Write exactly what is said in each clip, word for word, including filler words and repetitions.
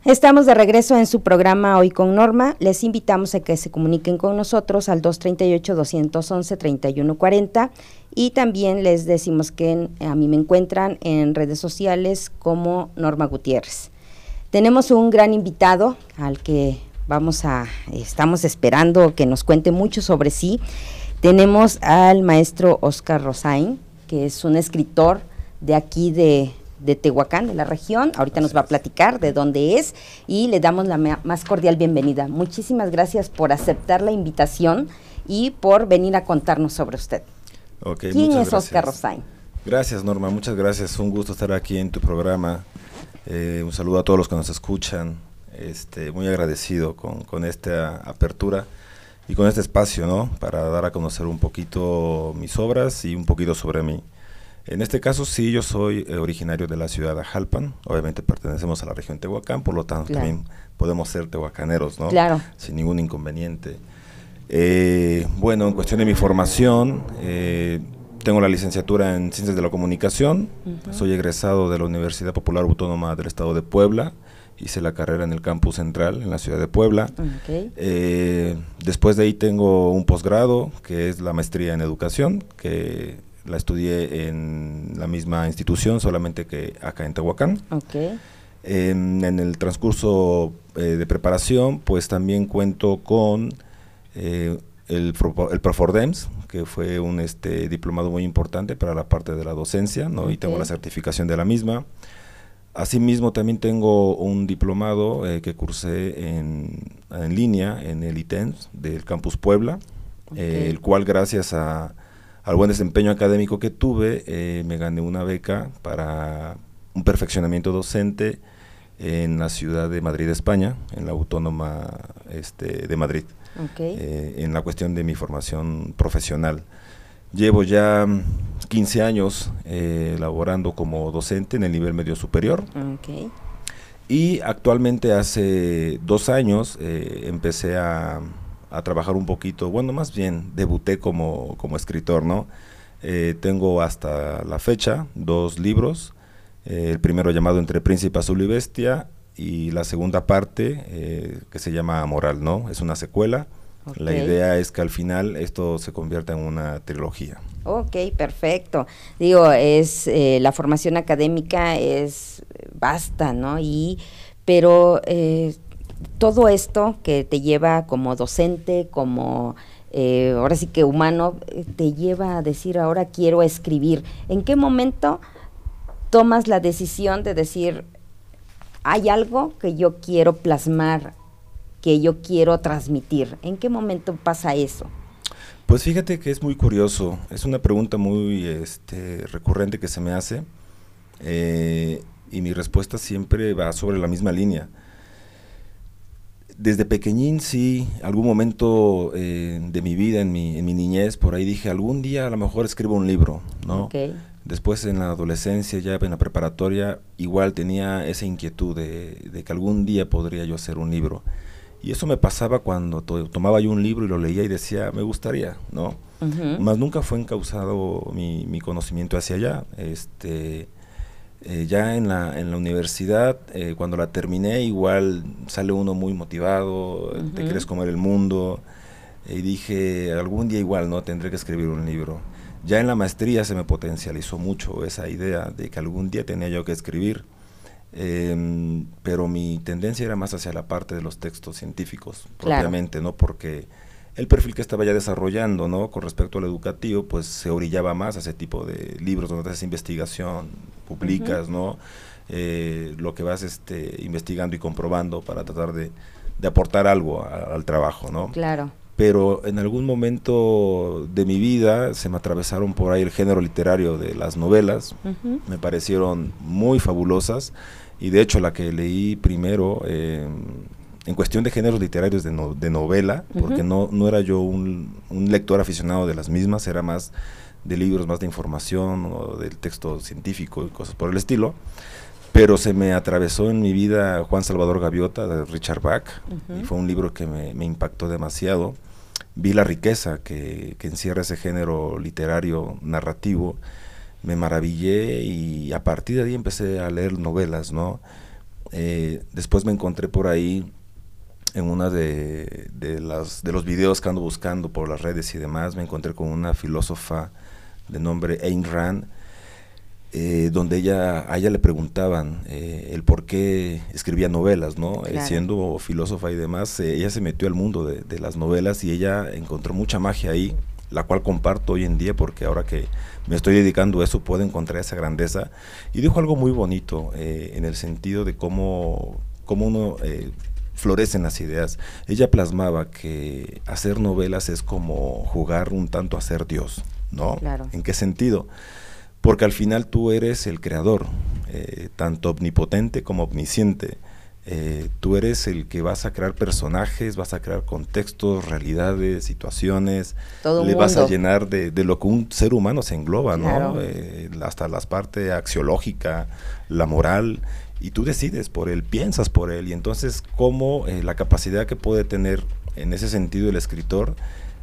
Estamos de regreso en su programa Hoy con Norma. Les invitamos a que se comuniquen con nosotros al dos treinta y ocho, doscientos once, treinta y uno cuarenta, y también les decimos que en, a mí me encuentran en redes sociales como Norma Gutiérrez. Tenemos un gran invitado al que vamos a, estamos esperando que nos cuente mucho sobre sí. Tenemos al maestro Óscar Rosain, que es un escritor de aquí de de Tehuacán, de la región. Ahorita nos va a platicar de dónde es y le damos la más cordial bienvenida. Muchísimas gracias por aceptar la invitación y por venir a contarnos sobre usted. Okay, ¿Quién muchas es gracias. Óscar Rosain? Gracias, Norma, muchas gracias. Un gusto estar aquí en tu programa. Eh, un saludo a todos los que nos escuchan. Este, muy agradecido con, con esta apertura y con este espacio, ¿no? Para dar a conocer un poquito mis obras y un poquito sobre mí. En este caso sí, yo soy eh, originario de la ciudad de Ajalpan, obviamente pertenecemos a la región Tehuacán, por lo tanto claro. también podemos ser tehuacaneros, ¿no? Claro. Sin ningún inconveniente. Eh, bueno, en cuestión de mi formación, eh, tengo la licenciatura en Ciencias de la Comunicación, uh-huh. soy egresado de la Universidad Popular Autónoma del Estado de Puebla, hice la carrera en el campus central, en la ciudad de Puebla. Okay. Eh, después de ahí tengo un posgrado, que es la maestría en educación, que la estudié en la misma institución, solamente que acá en Tehuacán. Okay. En, en el transcurso eh, de preparación, pues también cuento con eh, el, el Profordems, que fue un este, diplomado muy importante para la parte de la docencia, ¿no? Okay. Y tengo la certificación de la misma. Asimismo, también tengo un diplomado eh, que cursé en, en línea en el I T E M S del Campus Puebla, okay. eh, el cual gracias a al buen desempeño académico que tuve, eh, me gané una beca para un perfeccionamiento docente en la ciudad de Madrid, España, en la Autónoma este, de Madrid, okay. eh, en la cuestión de mi formación profesional. Llevo ya quince años eh, laborando como docente en el nivel medio superior, okay. y actualmente hace dos años eh, empecé a a trabajar un poquito, bueno, más bien debuté como, como escritor, ¿no? Eh, tengo hasta la fecha dos libros, eh, el primero llamado Entre Príncipe Azul y Bestia, y la segunda parte eh, que se llama Moral, ¿no? Es una secuela. Okay. La idea es que al final esto se convierta en una trilogía. Ok, perfecto. Digo, es eh, la formación académica es vasta, ¿no? Y, pero eh, todo esto que te lleva como docente, como eh, ahora sí que humano, te lleva a decir ahora quiero escribir. ¿En qué momento tomas la decisión de decir hay algo que yo quiero plasmar, que yo quiero transmitir? ¿En qué momento pasa eso? Pues fíjate que es muy curioso, es una pregunta muy este, recurrente que se me hace, eh, y mi respuesta siempre va sobre la misma línea. Desde pequeñín, sí, algún momento eh, de mi vida, en mi, en mi niñez, por ahí dije, algún día a lo mejor escribo un libro, ¿no? Okay. Después en la adolescencia, ya en la preparatoria, igual tenía esa inquietud de, de que algún día podría yo hacer un libro. Y eso me pasaba cuando to tomaba yo un libro y lo leía y decía, me gustaría, ¿no? Uh-huh. Más nunca fue encauzado mi, mi conocimiento hacia allá. Este... Eh, ya en la, en la universidad, eh, cuando la terminé, igual sale uno muy motivado, uh-huh. te quieres comer el mundo, eh, y dije, algún día igual, ¿no? Tendré que escribir un libro. Ya en la maestría se me potencializó mucho esa idea de que algún día tenía yo que escribir, eh, pero mi tendencia era más hacia la parte de los textos científicos, propiamente, claro. ¿no? Porque el perfil que estaba ya desarrollando, ¿no? Con respecto al educativo, pues se orillaba más a ese tipo de libros donde haces investigación, publicas, uh-huh. ¿no? Eh, lo que vas este, investigando y comprobando para tratar de, de aportar algo a, al trabajo, ¿no? Claro. Pero en algún momento de mi vida se me atravesaron por ahí el género literario de las novelas, uh-huh. me parecieron muy fabulosas, y de hecho la que leí primero, eh, en cuestión de géneros literarios de, no, de novela, uh-huh. porque no, no era yo un, un lector aficionado de las mismas, era más de libros, más de información o del texto científico y cosas por el estilo, pero se me atravesó en mi vida Juan Salvador Gaviota de Richard Bach, uh-huh. y fue un libro que me, me impactó demasiado. Vi la riqueza que, que encierra ese género literario narrativo, me maravillé y a partir de ahí empecé a leer novelas, ¿no? eh, después me encontré por ahí en una de, de, las, de los videos que ando buscando por las redes y demás, me encontré con una filósofa de nombre Ayn Rand, eh, donde ella, a ella le preguntaban eh, el por qué escribía novelas, ¿no? Claro. Eh, siendo filósofa y demás, eh, ella se metió al mundo de, de las novelas y ella encontró mucha magia ahí, la cual comparto hoy en día porque ahora que me estoy dedicando a eso puedo encontrar esa grandeza. Y dijo algo muy bonito eh, en el sentido de cómo, cómo uno eh, florecen las ideas. Ella plasmaba que hacer novelas es como jugar un tanto a ser Dios, ¿no? Claro. ¿En qué sentido? Porque al final tú eres el creador, eh, tanto omnipotente como omnisciente. Eh, tú eres el que vas a crear personajes, vas a crear contextos, realidades, situaciones, todo le mundo. vas a llenar de, de lo que un ser humano se engloba, Claro. ¿no? Eh, hasta la parte axiológica, la moral, y tú decides por él, piensas por él, y entonces cómo eh, la capacidad que puede tener en ese sentido el escritor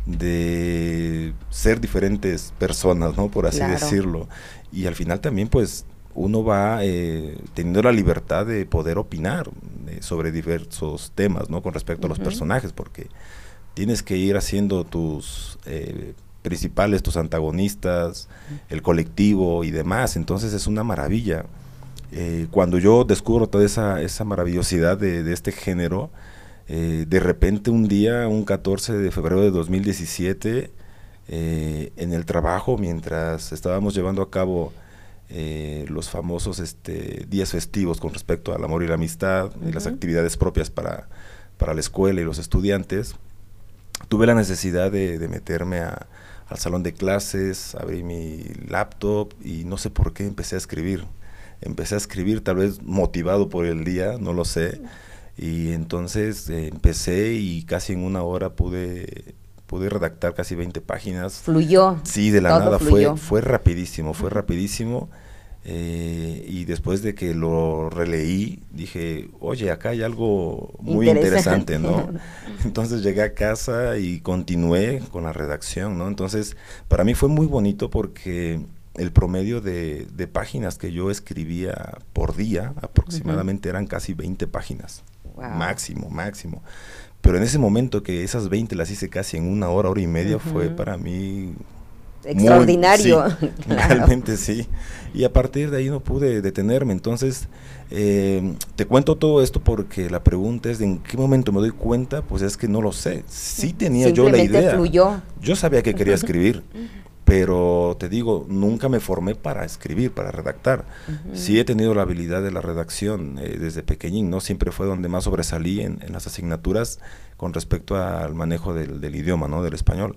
de ser diferentes personas, ¿no? Por así Claro. decirlo, y al final también pues uno va eh, teniendo la libertad de poder opinar eh, sobre diversos temas, ¿no? Con respecto uh-huh. a los personajes, porque tienes que ir haciendo tus eh, principales, tus antagonistas, el colectivo y demás, entonces es una maravilla. Eh, cuando yo descubro toda esa, esa maravillosidad de, de este género, eh, de repente un día, un catorce de febrero de dos mil diecisiete, eh, en el trabajo, mientras estábamos llevando a cabo Eh, los famosos este, días festivos con respecto al amor y la amistad uh-huh. y las actividades propias para, para la escuela y los estudiantes, tuve la necesidad de, de meterme a, al salón de clases, abrí mi laptop y no sé por qué empecé a escribir. Empecé a escribir tal vez motivado por el día, no lo sé, y entonces eh, empecé y casi en una hora pude... pude redactar casi veinte páginas. Fluyó. Sí, de la todo nada, fluyó. fue fue rapidísimo, fue rapidísimo. Eh, y después de que lo releí, dije, oye, acá hay algo muy interesante, interesante, ¿no? Entonces llegué a casa y continué con la redacción, ¿no? Entonces, para mí fue muy bonito porque el promedio de, de páginas que yo escribía por día, aproximadamente, uh-huh. eran casi veinte páginas. Wow. Máximo, máximo. Pero en ese momento que esas veinte las hice casi en una hora, hora y media, uh-huh. fue para mí... extraordinario. Muy, sí, claro. Realmente sí. Y a partir de ahí no pude detenerme. Entonces, eh, te cuento todo esto porque la pregunta es de en qué momento me doy cuenta, pues es que no lo sé. Sí tenía yo la idea. Fluyó. Yo sabía que quería escribir. Pero te digo, nunca me formé para escribir, para redactar. Uh-huh. Sí he tenido la habilidad de la redacción eh, desde pequeñín, ¿no? Siempre fue donde más sobresalí en, en las asignaturas con respecto al manejo del, del idioma, ¿no? Del español.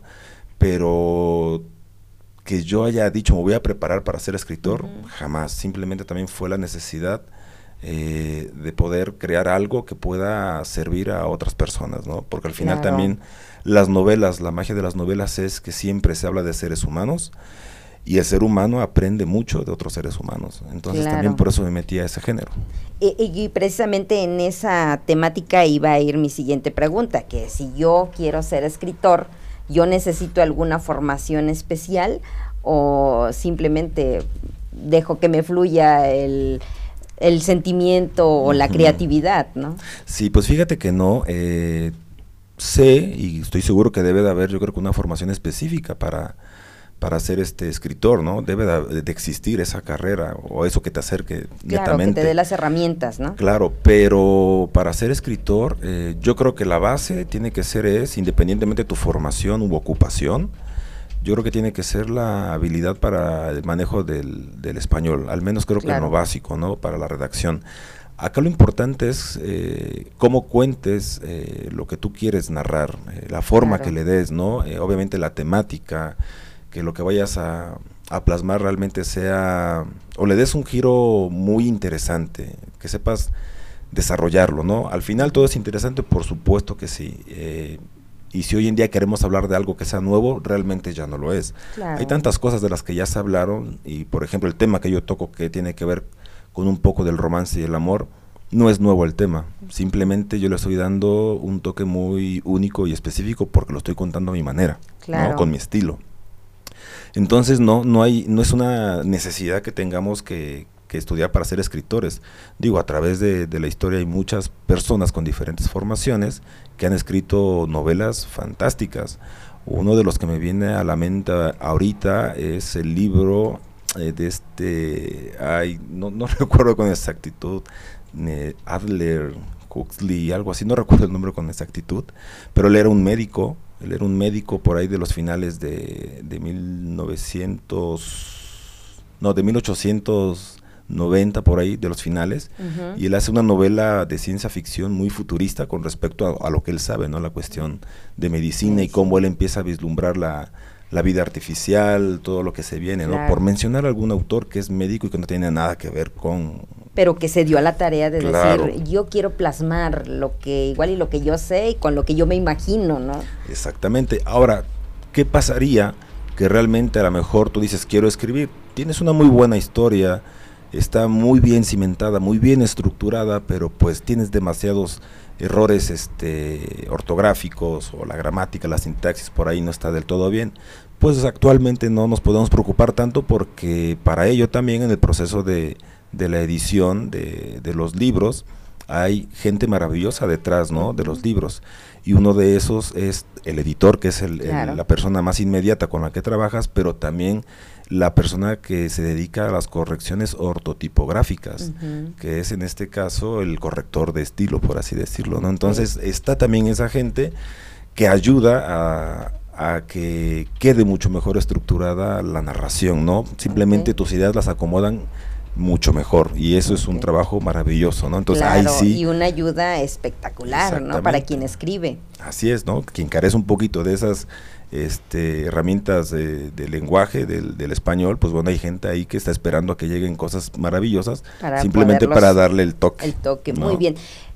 Pero que yo haya dicho, me voy a preparar para ser escritor, uh-huh. jamás. Simplemente también fue la necesidad eh, de poder crear algo que pueda servir a otras personas, ¿no? Porque al final claro. también las novelas, la magia de las novelas es que siempre se habla de seres humanos y el ser humano aprende mucho de otros seres humanos. Entonces claro. también por eso me metí a ese género. Y, y precisamente en esa temática iba a ir mi siguiente pregunta, que si yo quiero ser escritor, ¿yo necesito alguna formación especial o simplemente dejo que me fluya el, el sentimiento o uh-huh. la creatividad, ¿no? Sí, pues fíjate que no, eh, sé y estoy seguro que debe de haber, yo creo que una formación específica para, para ser este escritor, ¿no? Debe de, de existir esa carrera o eso que te acerque claro, netamente. Que te dé las herramientas, ¿no? Claro, pero para ser escritor, eh, yo creo que la base tiene que ser es, independientemente de tu formación u ocupación, yo creo que tiene que ser la habilidad para el manejo del, del español, al menos creo claro. que en lo básico, ¿no? Para la redacción. Acá lo importante es eh, cómo cuentes eh, lo que tú quieres narrar, eh, la forma claro. que le des, ¿no? Eh, obviamente la temática, que lo que vayas a, a plasmar realmente sea, o le des un giro muy interesante, que sepas desarrollarlo, ¿no? Al final todo es interesante, por supuesto que sí, eh, y si hoy en día queremos hablar de algo que sea nuevo, realmente ya no lo es. Claro. Hay tantas cosas de las que ya se hablaron, y por ejemplo el tema que yo toco que tiene que ver con un poco del romance y el amor, no es nuevo el tema, simplemente yo le estoy dando un toque muy único y específico porque lo estoy contando a mi manera, claro. ¿no? Con mi estilo. Entonces no, no hay, no es una necesidad que tengamos que, que estudiar para ser escritores. Digo, a través de, de la historia hay muchas personas con diferentes formaciones que han escrito novelas fantásticas. Uno de los que me viene a la mente ahorita es el libro eh, de este, ay, no, no recuerdo con exactitud, eh, Adler Huxley, algo así, no recuerdo el nombre con exactitud, pero él era un médico, él era un médico por ahí de los finales de, de mil novecientos, no, de mil ochocientos noventa por ahí, de los finales, uh-huh. y él hace una novela de ciencia ficción muy futurista con respecto a, a lo que él sabe, ¿no? La cuestión de medicina sí, y cómo sí. él empieza a vislumbrar la, la vida artificial, todo lo que se viene, claro. ¿no? Por mencionar algún autor que es médico y que no tiene nada que ver con... Pero que se dio a la tarea de claro. decir, yo quiero plasmar lo que, igual y lo que yo sé y con lo que yo me imagino, ¿no? Exactamente. Ahora, ¿qué pasaría que realmente a lo mejor tú dices, quiero escribir? Tienes una muy buena historia, está muy bien cimentada, muy bien estructurada, pero pues tienes demasiados errores este, ortográficos o la gramática, la sintaxis por ahí no está del todo bien, pues actualmente no nos podemos preocupar tanto porque para ello también en el proceso de, de la edición de, de los libros hay gente maravillosa detrás, ¿no? De los libros, y uno de esos es el editor, que es el, claro. el, la persona más inmediata con la que trabajas, pero también la persona que se dedica a las correcciones ortotipográficas, uh-huh. que es en este caso el corrector de estilo, por así decirlo, ¿no? Entonces okay. está también esa gente que ayuda a, a que quede mucho mejor estructurada la narración, ¿no? Simplemente okay. tus ideas las acomodan mucho mejor, y eso okay. es un trabajo maravilloso, ¿no? Entonces claro, ahí sí. Y una ayuda espectacular, ¿no? Para quien escribe. Así es, ¿no? Quien carece un poquito de esas este, herramientas de, de lenguaje del, del español, pues bueno, hay gente ahí que está esperando a que lleguen cosas maravillosas, para simplemente para darle el toque. El toque, ¿no? Muy bien.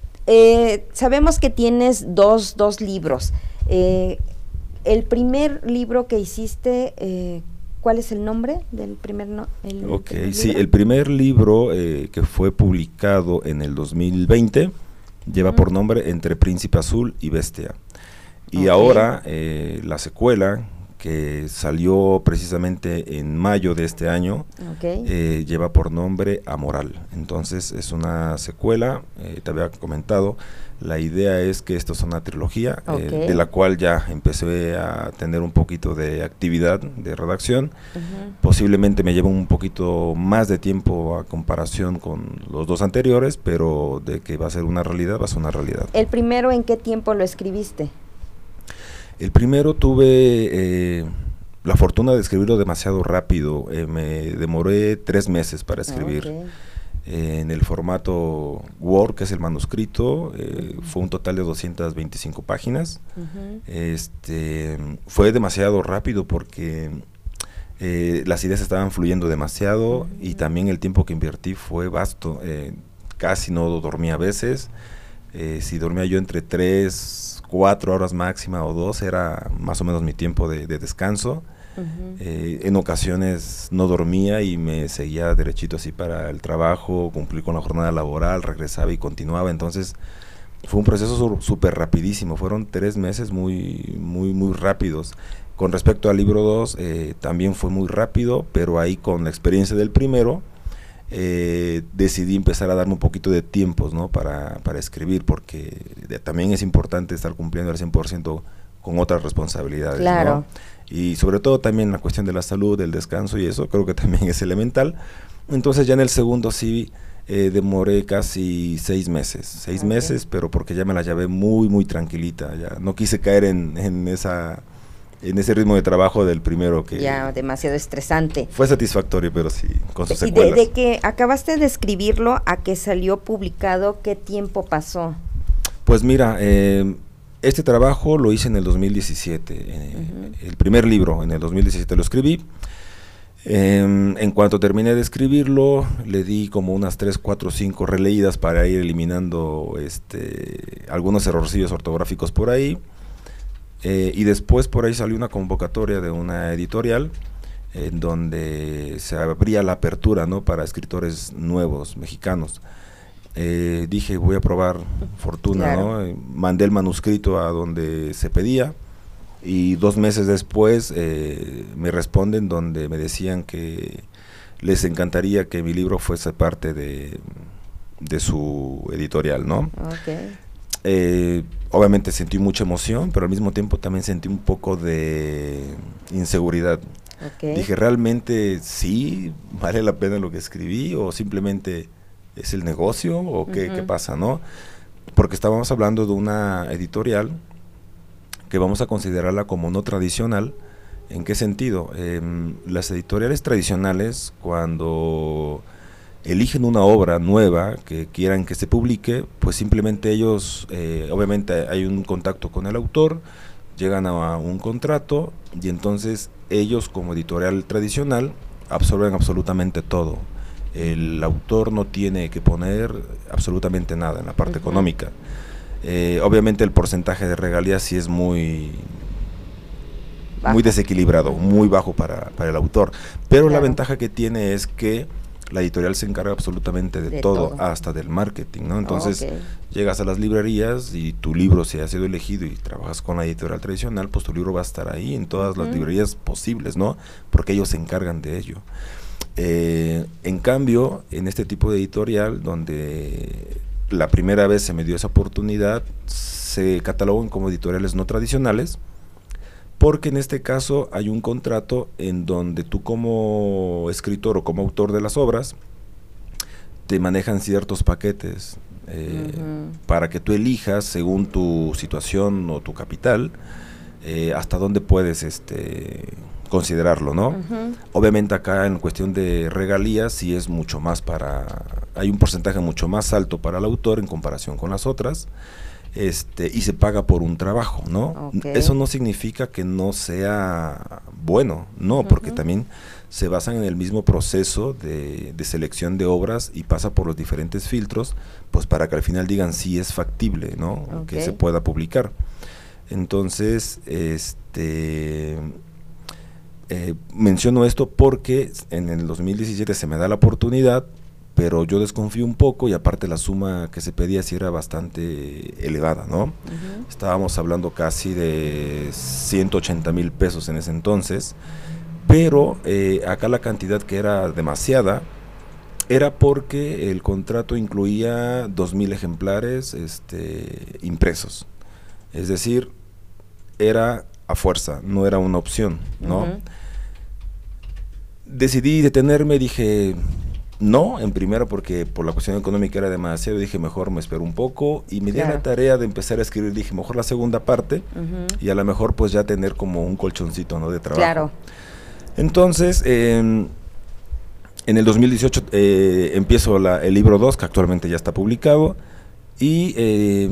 Eh, sabemos que tienes dos, dos libros. Eh, el primer libro que hiciste, eh, ¿cuál es el nombre del primer, no, el Ok, primer sí, libro? el primer libro eh, que fue publicado en el dos mil veinte lleva uh-huh. por nombre Entre Príncipe Azul y Bestia. Y okay. ahora eh, la secuela, que salió precisamente en mayo de este año, okay. eh, lleva por nombre Amoral. Entonces es una secuela, eh, te había comentado, la idea es que esto es una trilogía, okay. eh, de la cual ya empecé a tener un poquito de actividad de redacción, uh-huh. posiblemente me lleve un poquito más de tiempo a comparación con los dos anteriores, pero de que va a ser una realidad, va a ser una realidad. ¿El primero en qué tiempo lo escribiste? El primero tuve eh, la fortuna de escribirlo demasiado rápido, eh, me demoré tres meses para escribir. Okay. Eh, en el formato Word, que es el manuscrito, eh, uh-huh. fue un total de doscientas veinticinco páginas. Uh-huh. Este, fue demasiado rápido porque eh, las ideas estaban fluyendo demasiado, uh-huh. y también el tiempo que invertí fue vasto, eh, casi no dormía a veces, eh, si dormía yo entre tres, cuatro horas máxima o dos, era más o menos mi tiempo de, de descanso. Uh-huh. eh, en ocasiones no dormía y me seguía derechito así para el trabajo, cumplir con la jornada laboral, regresaba y continuaba. Entonces fue un proceso súper rapidísimo, fueron tres meses muy muy muy rápidos. Con respecto al libro dos, eh, también fue muy rápido, pero ahí con la experiencia del primero eh, decidí empezar a darme un poquito de tiempos, ¿no? para, para escribir, porque de, también es importante estar cumpliendo al cien por ciento con otras responsabilidades, claro. ¿no? Y sobre todo también la cuestión de la salud, del descanso, y eso creo que también es elemental. Entonces ya en el segundo sí eh, demoré casi seis meses, seis okay. meses, pero porque ya me la llevé muy muy tranquilita, ya no quise caer en, en esa en ese ritmo de trabajo del primero, que ya demasiado estresante. Fue satisfactorio, pero sí, con sus y secuelas. De, de que acabaste de escribirlo a que salió publicado, ¿qué tiempo pasó? Pues mira, eh, este trabajo lo hice en el dos mil diecisiete, eh, uh-huh. el primer libro en el dos mil diecisiete lo escribí. Eh, en cuanto terminé de escribirlo, le di como unas tres, cuatro, cinco releídas para ir eliminando este, algunos errorcillos ortográficos por ahí. Eh, y después por ahí salió una convocatoria de una editorial en donde se abría la apertura, ¿no? Para escritores nuevos, mexicanos. Eh, dije, voy a probar fortuna, claro. ¿no? Mandé el manuscrito a donde se pedía, y dos meses después eh, me responden donde me decían que les encantaría que mi libro fuese parte de, de su editorial, ¿no? Okay. Eh, obviamente sentí mucha emoción, pero al mismo tiempo también sentí un poco de inseguridad. Okay. Dije, ¿realmente sí vale la pena lo que escribí o simplemente es el negocio o qué, uh-huh. qué pasa, ¿no? Porque estábamos hablando de una editorial que vamos a considerarla como no tradicional. ¿En qué sentido? Eh, las editoriales tradicionales, cuando eligen una obra nueva que quieran que se publique, pues simplemente ellos, eh, obviamente hay un contacto con el autor, llegan a un contrato y entonces ellos como editorial tradicional absorben absolutamente todo. El autor no tiene que poner absolutamente nada en la parte uh-huh. económica. Eh, obviamente el porcentaje de regalías sí es muy bajo. muy desequilibrado, muy bajo para, para el autor, pero claro. la ventaja que tiene es que la editorial se encarga absolutamente de, de todo, todo, hasta del marketing, ¿no? Entonces oh, okay. llegas a las librerías y tu libro, si ha sido elegido y trabajas con la editorial tradicional, pues tu libro va a estar ahí en todas uh-huh. las librerías posibles, ¿no? Porque ellos se encargan de ello. Eh, en cambio, en este tipo de editorial, donde la primera vez se me dio esa oportunidad, se catalogan como editoriales no tradicionales, porque en este caso hay un contrato en donde tú como escritor o como autor de las obras te manejan ciertos paquetes eh, uh-huh. para que tú elijas según tu situación o tu capital eh, hasta dónde puedes este considerarlo, ¿no? Uh-huh. Obviamente acá en cuestión de regalías sí es mucho más para, hay un porcentaje mucho más alto para el autor en comparación con las otras. Este, y se paga por un trabajo, ¿no? Okay. Eso no significa que no sea bueno, no, uh-huh. porque también se basan en el mismo proceso de, de selección de obras y pasa por los diferentes filtros, pues para que al final digan si es factible, ¿no? Okay. Que se pueda publicar. Entonces, este, eh, menciono esto porque en el dos mil diecisiete se me da la oportunidad, pero yo desconfío un poco y aparte la suma que se pedía sí era bastante elevada, ¿no? Uh-huh. Estábamos hablando casi de ciento ochenta mil pesos en ese entonces, pero eh, acá la cantidad que era demasiada era porque el contrato incluía dos mil ejemplares este, impresos, es decir, era a fuerza, no era una opción, ¿no? Uh-huh. Decidí detenerme, dije... No, en primera porque por la cuestión económica era demasiado, dije mejor me espero un poco y me claro. di la tarea de empezar a escribir, dije mejor la segunda parte uh-huh. y a lo mejor pues ya tener como un colchoncito, ¿no? de trabajo. Claro. Entonces, eh, en el dos mil dieciocho eh, empiezo la, el libro dos, que actualmente ya está publicado, y eh,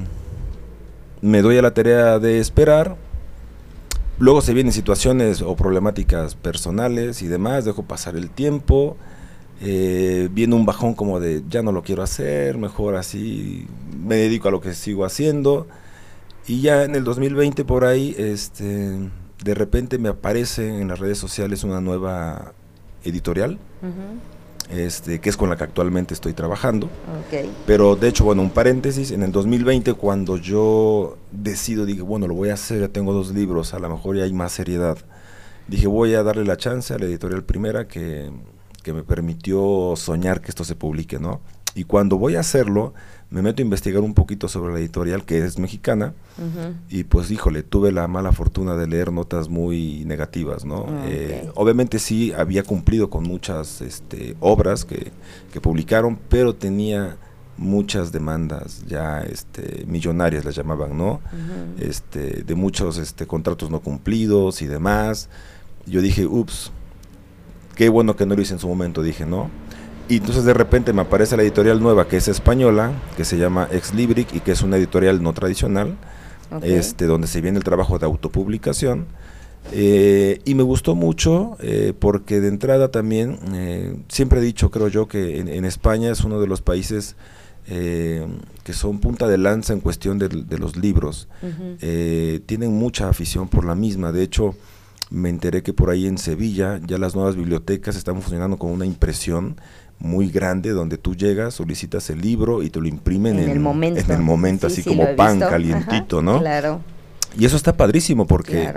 me doy a la tarea de esperar. Luego se vienen situaciones o problemáticas personales y demás, dejo pasar el tiempo. Eh, viene un bajón como de ya no lo quiero hacer, mejor así me dedico a lo que sigo haciendo, y ya en el dos mil veinte por ahí este, de repente me aparece en las redes sociales una nueva editorial uh-huh. este, que es con la que actualmente estoy trabajando. Okay. Pero de hecho, bueno, un paréntesis, en el dos mil veinte cuando yo decido, digo, bueno, lo voy a hacer, ya tengo dos libros, a lo mejor ya hay más seriedad, dije voy a darle la chance a la editorial primera que que me permitió soñar que esto se publique, ¿no? Y cuando voy a hacerlo, me meto a investigar un poquito sobre la editorial, que es mexicana, uh-huh. y pues, híjole, tuve la mala fortuna de leer notas muy negativas, ¿no? Okay. Eh, obviamente sí había cumplido con muchas este, obras que, que publicaron, pero tenía muchas demandas ya este, millonarias, las llamaban, ¿no? Uh-huh. Este, de muchos este, contratos no cumplidos y demás. Yo dije, ups, qué bueno que no lo hice en su momento, dije, ¿no? Y entonces de repente me aparece la editorial nueva, que es española, que se llama Ex Libric, y que es una editorial no tradicional, okay. este, donde se viene el trabajo de autopublicación, eh, y me gustó mucho, eh, porque de entrada también, eh, siempre he dicho, creo yo, que en, en España es uno de los países eh, que son punta de lanza en cuestión de, de los libros, uh-huh. eh, tienen mucha afición por la misma. De hecho, me enteré que por ahí en Sevilla ya las nuevas bibliotecas están funcionando con una impresión muy grande, donde tú llegas, solicitas el libro y te lo imprimen en, en el momento, en el momento sí, así sí, como pan calientito, ajá, ¿no? Claro. Y eso está padrísimo porque claro.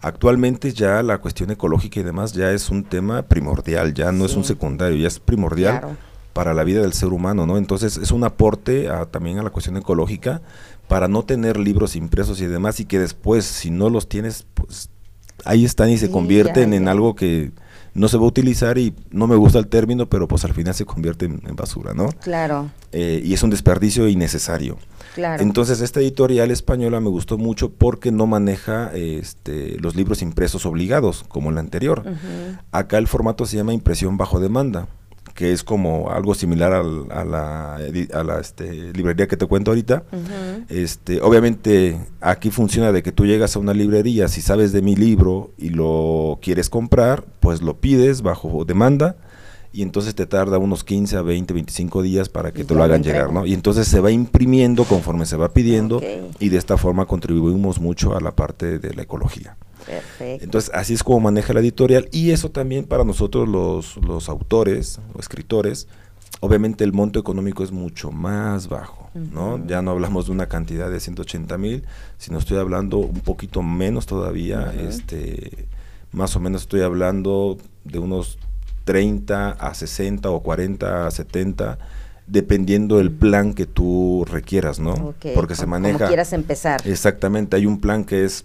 Actualmente ya la cuestión ecológica y demás ya es un tema primordial, ya no sí. es un secundario, ya es primordial claro. para la vida del ser humano, ¿no? Entonces es un aporte a, también a la cuestión ecológica para no tener libros impresos y demás, y que después, si no los tienes, pues ahí están y se sí, convierten ya, ya. en algo que no se va a utilizar, y no me gusta el término, pero pues al final se convierte en, en basura, ¿no? Claro. Eh, y es un desperdicio innecesario. Claro. Entonces esta editorial española me gustó mucho porque no maneja este, los libros impresos obligados, como en la anterior. Uh-huh. Acá el formato se llama impresión bajo demanda, que es como algo similar al, a la, a la este, librería que te cuento ahorita. Uh-huh. este, obviamente aquí funciona de que tú llegas a una librería, si sabes de mi libro y lo quieres comprar, pues lo pides bajo demanda, y entonces te tarda unos quince a veinte, veinticinco días para que y te lo hagan llegar, ¿no? Y entonces se va imprimiendo conforme se va pidiendo, okay. y de esta forma contribuimos mucho a la parte de la ecología. Perfecto. Entonces así es como maneja la editorial, y eso también para nosotros los, los autores o escritores, obviamente el monto económico es mucho más bajo, ¿no? Uh-huh. Ya no hablamos de una cantidad de ciento ochenta mil, sino estoy hablando un poquito menos todavía, uh-huh. este, más o menos estoy hablando de unos treinta a sesenta o cuarenta a setenta, dependiendo del plan que tú requieras, ¿no? Okay. Porque se maneja. Como quieras empezar. Exactamente, hay un plan que es,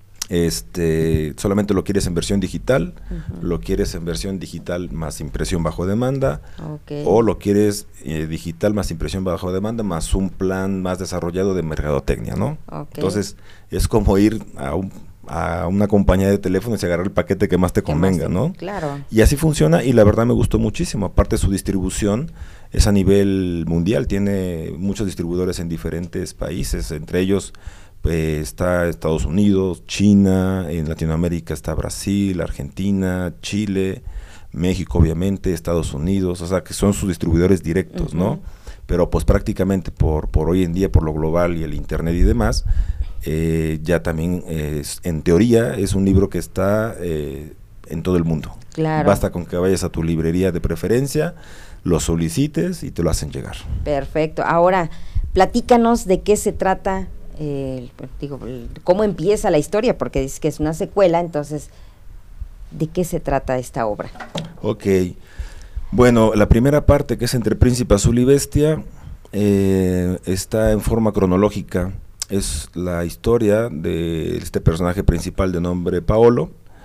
este, solamente lo quieres en versión digital, uh-huh. lo quieres en versión digital más impresión bajo demanda, okay. o lo quieres eh, digital más impresión bajo demanda, más un plan más desarrollado de mercadotecnia, ¿no? Okay. Entonces, es como ir a un a una compañía de teléfonos y agarrar el paquete que más te convenga, te, ¿no? Claro. Y así funciona, y la verdad me gustó muchísimo. Aparte, su distribución es a nivel mundial, tiene muchos distribuidores en diferentes países, entre ellos eh, está Estados Unidos, China, en Latinoamérica está Brasil, Argentina, Chile, México obviamente, Estados Unidos, o sea que son sus distribuidores directos, uh-huh. ¿no? Pero pues prácticamente por, por hoy en día, por lo global y el internet y demás, Eh, ya también eh, en teoría es un libro que está eh, en todo el mundo. Claro. Basta con que vayas a tu librería de preferencia, lo solicites y te lo hacen llegar. Perfecto. Ahora, platícanos de qué se trata, eh, digo, cómo empieza la historia, porque dices que es una secuela, entonces, ¿de qué se trata esta obra? Ok. Bueno, la primera parte, que es Entre Príncipe Azul y Bestia, eh, está en forma cronológica. Es la historia de este personaje principal de nombre Paolo.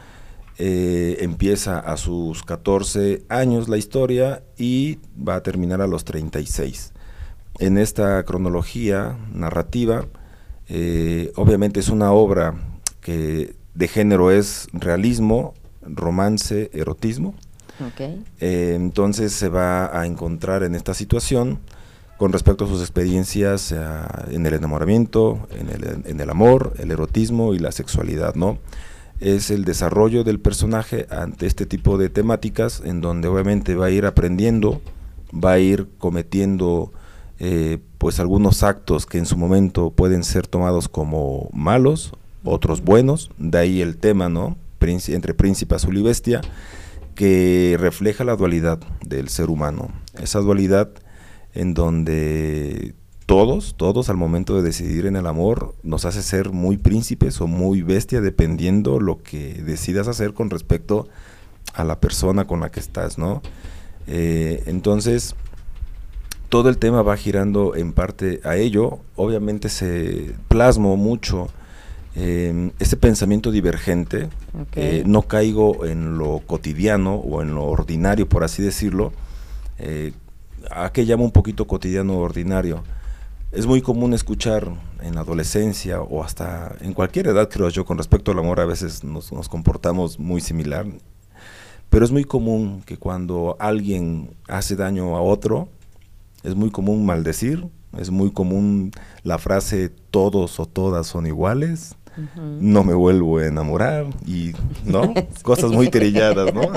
Eh, empieza a sus catorce años la historia y va a terminar a los treinta y seis. En esta cronología narrativa, eh, obviamente es una obra que de género es realismo, romance, erotismo. Okay. Eh, entonces se va a encontrar en esta situación con respecto a sus experiencias uh, en el enamoramiento, en el, en el amor, el erotismo y la sexualidad, ¿no? Es el desarrollo del personaje ante este tipo de temáticas, en donde obviamente va a ir aprendiendo, va a ir cometiendo eh, pues algunos actos que en su momento pueden ser tomados como malos, otros buenos, de ahí el tema, ¿no? Príncipe, entre Príncipe Azul y Bestia, que refleja la dualidad del ser humano, esa dualidad en donde todos, todos al momento de decidir en el amor nos hace ser muy príncipes o muy bestia, dependiendo lo que decidas hacer con respecto a la persona con la que estás, ¿no? Eh, entonces, todo el tema va girando en parte a ello. Obviamente se plasmó mucho eh, ese pensamiento divergente. Okay. eh, no caigo en lo cotidiano o en lo ordinario, por así decirlo. eh, ¿A qué llamo un poquito cotidiano o ordinario? Es muy común escuchar en la adolescencia o hasta en cualquier edad, creo yo, con respecto al amor, a veces nos, nos comportamos muy similar, pero es muy común que cuando alguien hace daño a otro, es muy común maldecir, es muy común la frase todos o todas son iguales, uh-huh. no me vuelvo a enamorar, y ¿no? Sí. Cosas muy trilladas, ¿no?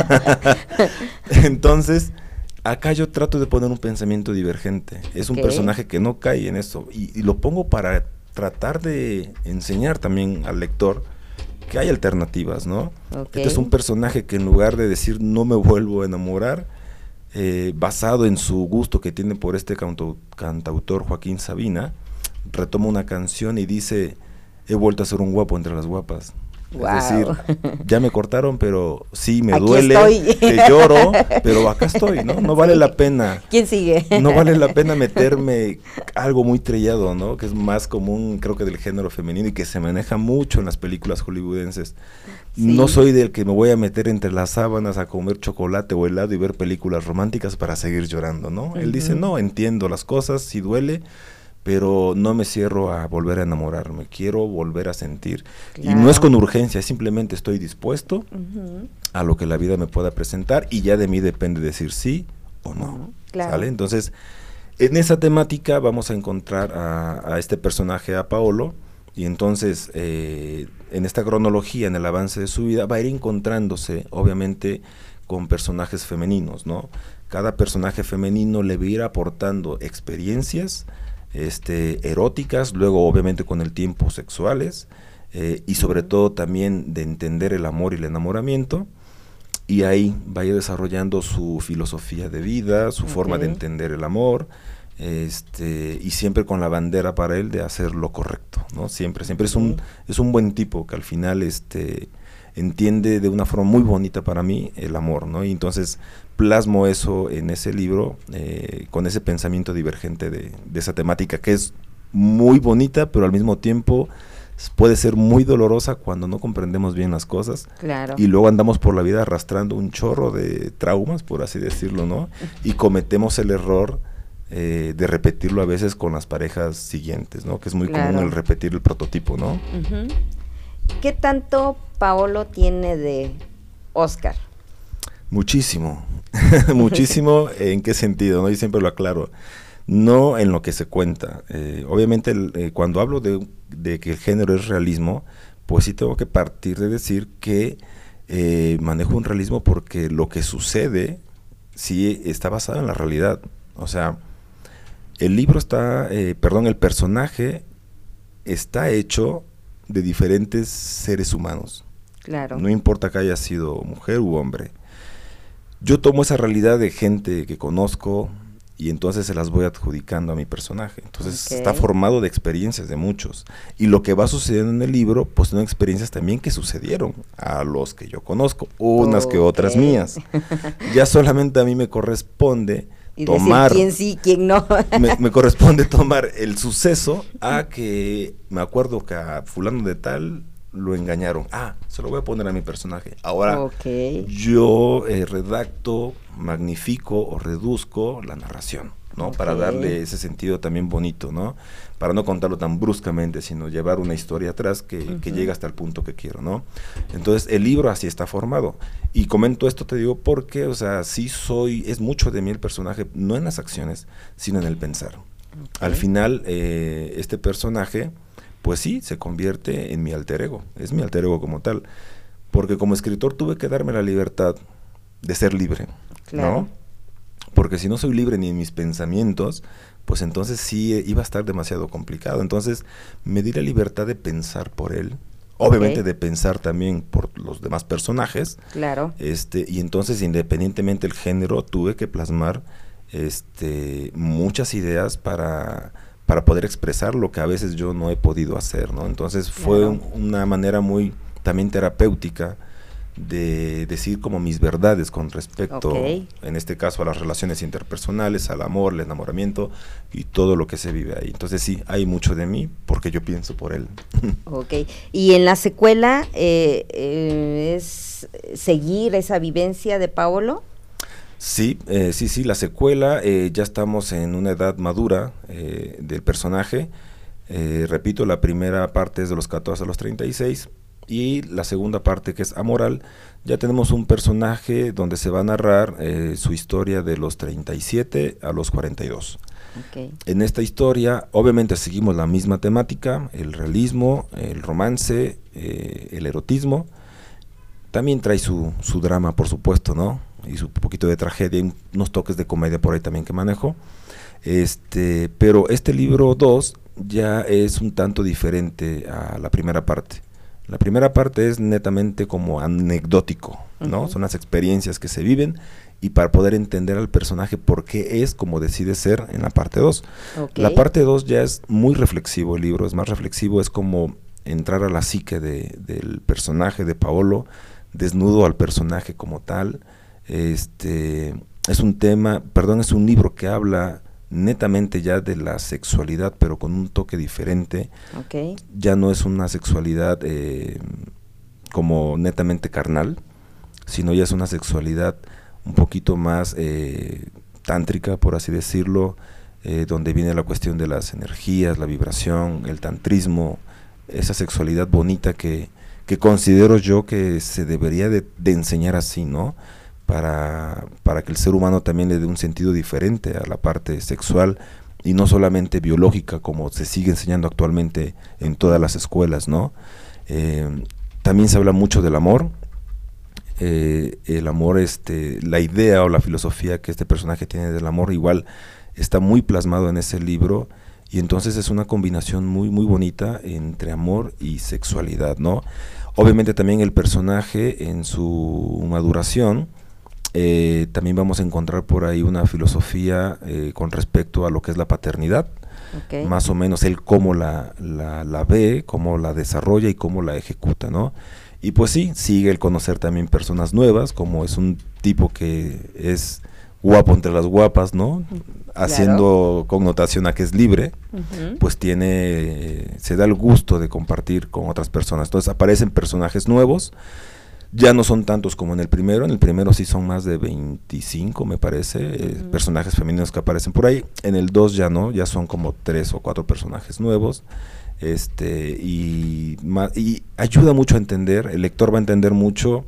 Entonces, acá yo trato de poner un pensamiento divergente. Es okay. un personaje que no cae en eso, y, y lo pongo para tratar de enseñar también al lector que hay alternativas, ¿no? Okay. Este es un personaje que en lugar de decir no me vuelvo a enamorar, eh, basado en su gusto que tiene por este cantau cantautor Joaquín Sabina, retoma una canción y dice: he vuelto a ser un guapo entre las guapas. Wow. Es decir, ya me cortaron, pero sí me Aquí duele, estoy. te lloro, pero acá estoy, ¿no? No vale Sí. la pena. ¿Quién sigue? No vale la pena meterme algo muy trillado, ¿no? Que es más común, creo que del género femenino y que se maneja mucho en las películas hollywoodenses. Sí. No soy del que me voy a meter entre las sábanas a comer chocolate o helado y ver películas románticas para seguir llorando, ¿no? Uh-huh. Él dice, no, entiendo las cosas, sí duele, pero no me cierro a volver a enamorarme, quiero volver a sentir. Claro. Y no es con urgencia, simplemente estoy dispuesto uh-huh. a lo que la vida me pueda presentar y ya de mí depende decir sí o no. Uh-huh. Claro. ¿Sale? Entonces, en esa temática vamos a encontrar a, a este personaje, a Paolo, y entonces eh, en esta cronología, en el avance de su vida, va a ir encontrándose, obviamente, con personajes femeninos, ¿no? Cada personaje femenino le va a ir aportando experiencias, Este, eróticas, luego obviamente con el tiempo sexuales, eh, y sobre todo también de entender el amor y el enamoramiento, y ahí va a ir desarrollando su filosofía de vida, su okay. forma de entender el amor, este, y siempre con la bandera para él de hacer lo correcto, ¿no? Siempre, siempre okay. es un, es un buen tipo que al final este, entiende de una forma muy bonita para mí el amor, ¿no? Y entonces plasmo eso en ese libro, eh, con ese pensamiento divergente de, de esa temática que es muy bonita, pero al mismo tiempo puede ser muy dolorosa cuando no comprendemos bien las cosas. Claro. Y luego andamos por la vida arrastrando un chorro de traumas, por así decirlo, ¿no? Y cometemos el error eh, de repetirlo a veces con las parejas siguientes, ¿no? Que es muy claro. común el repetir el prototipo, ¿no? Uh-huh. ¿Qué tanto Paolo tiene de Oscar? Muchísimo, muchísimo. ¿En qué sentido? ¿No? Y siempre lo aclaro, no en lo que se cuenta. Eh, obviamente el, eh, cuando hablo de, de que el género es realismo, pues sí tengo que partir de decir que eh, manejo un realismo porque lo que sucede sí está basado en la realidad. O sea, el libro está, eh, perdón, el personaje está hecho de diferentes seres humanos. Claro. No importa que haya sido mujer u hombre. Yo tomo esa realidad de gente que conozco y entonces se las voy adjudicando a mi personaje. Entonces okay. está formado de experiencias de muchos. Y lo que va sucediendo en el libro, pues son experiencias también que sucedieron a los que yo conozco, unas okay. que otras mías. Ya solamente a mí me corresponde y tomar... quién sí, quién no. me, me corresponde tomar el suceso a que me acuerdo que a fulano de tal lo engañaron. Ah, se lo voy a poner a mi personaje. Ahora okay. yo eh, redacto, magnifico o reduzco la narración, ¿no? Okay. Para darle ese sentido también bonito, ¿no? Para no contarlo tan bruscamente, sino llevar una historia atrás que, uh-huh. que llega hasta el punto que quiero, ¿no? Entonces el libro así está formado. Y comento esto, te digo, porque, o sea, sí soy, es mucho de mí el personaje, no en las acciones, sino en el pensar. Okay. Al final, eh, este personaje pues sí, se convierte en mi alter ego, es mi alter ego como tal, porque como escritor tuve que darme la libertad de ser libre, claro. ¿no? Porque si no soy libre ni en mis pensamientos, pues entonces sí eh, iba a estar demasiado complicado. Entonces me di la libertad de pensar por él, obviamente okay. de pensar también por los demás personajes, claro. este, y entonces independientemente del género tuve que plasmar este, muchas ideas para... para poder expresar lo que a veces yo no he podido hacer, ¿no? Entonces fue claro. un, una manera muy también terapéutica de decir como mis verdades con respecto, okay. en este caso, a las relaciones interpersonales, al amor, el enamoramiento y todo lo que se vive ahí. Entonces sí, hay mucho de mí porque yo pienso por él. Ok, y en la secuela eh, eh, es seguir esa vivencia de Paolo. Sí, eh, sí, sí, la secuela, eh, ya estamos en una edad madura eh, del personaje, eh, repito, la primera parte es de los catorce a los treinta y seis, y la segunda parte, que es amoral, ya tenemos un personaje donde se va a narrar eh, su historia de los treinta y siete a los cuarenta y dos. Okay. En esta historia, obviamente seguimos la misma temática, el realismo, el romance, eh, el erotismo, también trae su, su drama, por supuesto, ¿no? Y su poquito de tragedia y unos toques de comedia por ahí también que manejo. Este, pero este libro dos ya es un tanto diferente a la primera parte. La primera parte es netamente como anecdótico, ¿no? Uh-huh. Son las experiencias que se viven y para poder entender al personaje por qué es como decide ser en la parte dos. Okay. La parte dos ya es muy reflexivo, el libro es más reflexivo, es como entrar a la psique de, del personaje de Paolo, desnudo al personaje como tal. Este, es un tema, perdón, es un libro que habla netamente ya de la sexualidad, pero con un toque diferente. Okay. Ya no es una sexualidad eh, como netamente carnal, sino ya es una sexualidad un poquito más eh, tántrica, por así decirlo, eh, donde viene la cuestión de las energías, la vibración, el tantrismo, esa sexualidad bonita que, que considero yo que se debería de, de enseñar así, ¿no? Para, para que el ser humano también le dé un sentido diferente a la parte sexual y no solamente biológica como se sigue enseñando actualmente en todas las escuelas, ¿no? Eh, también se habla mucho del amor, eh, el amor, este, la idea o la filosofía que este personaje tiene del amor igual está muy plasmado en ese libro, y entonces es una combinación muy muy bonita entre amor y sexualidad, ¿no? Obviamente también el personaje en su maduración, Eh, también vamos a encontrar por ahí una filosofía eh, con respecto a lo que es la paternidad, okay. Más o menos él cómo la, la, la ve, cómo la desarrolla y cómo la ejecuta, ¿no? Y pues sí, sigue el conocer también personas nuevas, como es un tipo que es guapo entre las guapas, ¿no? Claro. Haciendo connotación a que es libre, uh-huh. Pues tiene, se da el gusto de compartir con otras personas. Entonces aparecen personajes nuevos. Ya no son tantos como en el primero, en el primero sí son más de veinticinco, me parece, uh-huh. eh, personajes femeninos que aparecen por ahí. En el dos ya no, ya son como tres o cuatro personajes nuevos, este y, y ayuda mucho a entender, el lector va a entender mucho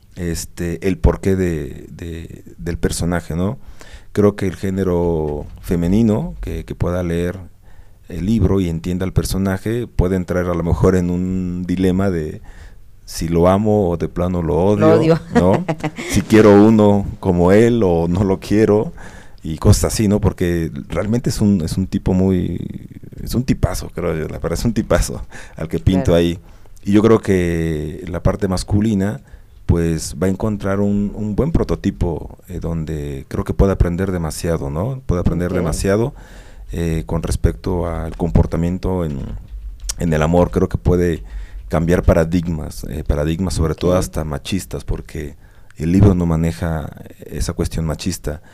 este el porqué de, de, del personaje, ¿no? Creo que el género femenino que, que pueda leer el libro y entienda al personaje puede entrar a lo mejor en un dilema de si lo amo o de plano lo odio, lo odio. ¿no? Si quiero uno como él o no lo quiero, y cosas así, ¿no? Porque realmente es un es un tipo muy, es un tipazo, creo yo, la verdad es un tipazo al que pinto, claro. Ahí. Y yo creo que la parte masculina, pues va a encontrar un, un buen prototipo eh, donde creo que puede aprender demasiado, ¿no? Puede aprender okay. demasiado eh, con respecto al comportamiento en, en el amor. Creo que puede cambiar paradigmas, eh, paradigmas sobre okay. todo hasta machistas, porque el libro no maneja esa cuestión machista.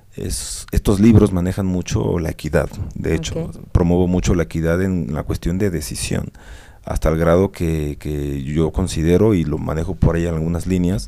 Es, estos libros manejan mucho la equidad, de hecho, okay. promuevo mucho la equidad en la cuestión de decisión, hasta el grado que, que yo considero, y lo manejo por ahí en algunas líneas,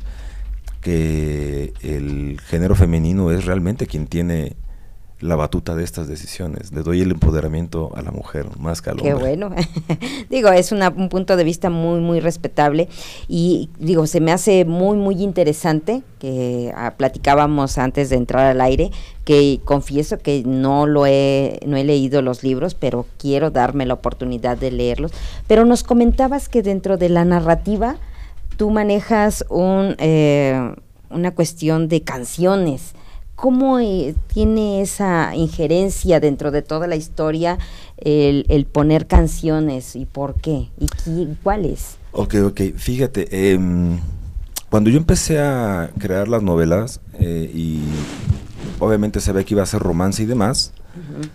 que el género femenino es realmente quien tiene la batuta de estas decisiones. Le doy el empoderamiento a la mujer más que al hombre. Qué bueno. Digo, es una, un punto de vista muy, muy respetable, y digo, se me hace muy, muy interesante, que ah, platicábamos antes de entrar al aire, que confieso que no lo he, no he leído los libros, pero quiero darme la oportunidad de leerlos. Pero nos comentabas que dentro de la narrativa tú manejas un, eh, una cuestión de canciones. ¿Cómo eh, tiene esa injerencia dentro de toda la historia el, el poner canciones, y por qué? ¿Y qué, cuáles? Ok, ok, fíjate, eh, cuando yo empecé a crear las novelas, eh, y obviamente sabía que iba a ser romance y demás, uh-huh.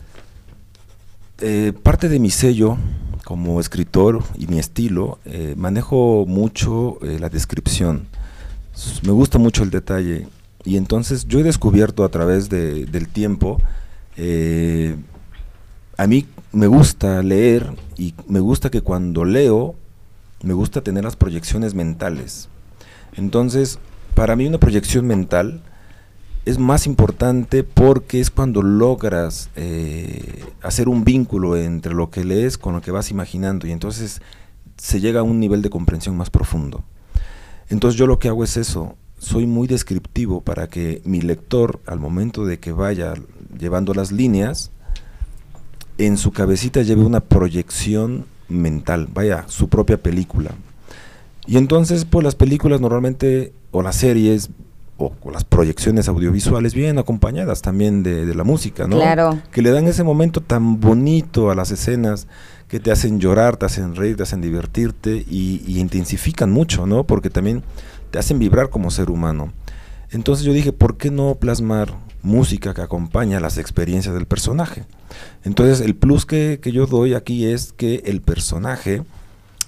eh, parte de mi sello como escritor y mi estilo, eh, manejo mucho eh, la descripción, me gusta mucho el detalle. Y entonces yo he descubierto a través de, del tiempo, eh, a mí me gusta leer, y me gusta que cuando leo, me gusta tener las proyecciones mentales. Entonces, para mí una proyección mental es más importante, porque es cuando logras eh, hacer un vínculo entre lo que lees con lo que vas imaginando, y entonces se llega a un nivel de comprensión más profundo. Entonces yo lo que hago es eso. Soy muy descriptivo para que mi lector, al momento de que vaya llevando las líneas, en su cabecita lleve una proyección mental, vaya, su propia película. Y entonces, pues las películas normalmente, o las series, o, o las proyecciones audiovisuales vienen acompañadas también de, de la música, ¿no? Claro. Que le dan ese momento tan bonito a las escenas, que te hacen llorar, te hacen reír, te hacen divertirte, y, y intensifican mucho, ¿no? Porque también te hacen vibrar como ser humano. Entonces yo dije, ¿por qué no plasmar música que acompaña las experiencias del personaje? Entonces el plus que, que yo doy aquí es que el personaje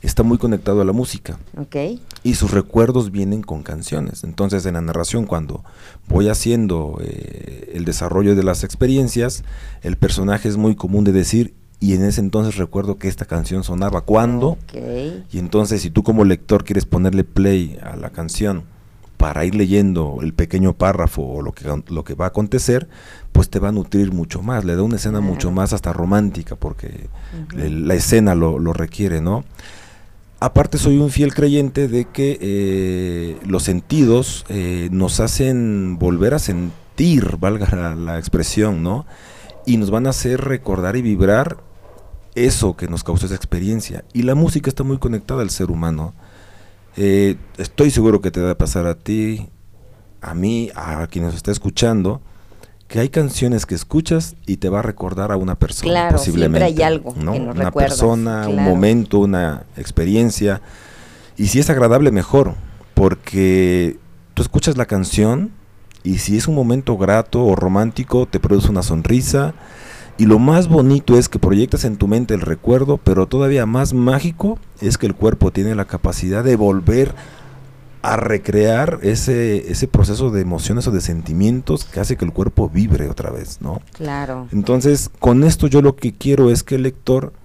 está muy conectado a la música. Okay. Y sus recuerdos vienen con canciones. Entonces, en la narración, cuando voy haciendo eh, el desarrollo de las experiencias, el personaje es muy común de decir, y en ese entonces recuerdo que esta canción sonaba cuando, okay. Y entonces si tú como lector quieres ponerle play a la canción para ir leyendo el pequeño párrafo o lo que, lo que va a acontecer, pues te va a nutrir mucho más, le da una escena claro. mucho más hasta romántica, porque uh-huh. el, la escena lo, lo requiere, ¿no? Aparte soy un fiel creyente de que eh, los sentidos eh, nos hacen volver a sentir, valga la, la expresión, ¿no? Y nos van a hacer recordar y vibrar eso que nos causó esa experiencia. Y la música está muy conectada al ser humano. Eh, estoy seguro que te va a pasar a ti, a mí, a quien nos está escuchando, que hay canciones que escuchas y te va a recordar a una persona, claro, posiblemente. Siempre hay algo, ¿no? que nos una recuerdas, persona, claro. un momento, una experiencia. Y si es agradable, mejor, porque tú escuchas la canción y si es un momento grato o romántico, te produce una sonrisa. Y lo más bonito es que proyectas en tu mente el recuerdo, pero todavía más mágico es que el cuerpo tiene la capacidad de volver a recrear ese, ese proceso de emociones o de sentimientos que hace que el cuerpo vibre otra vez, ¿no? Claro. Entonces, con esto yo lo que quiero es que el lector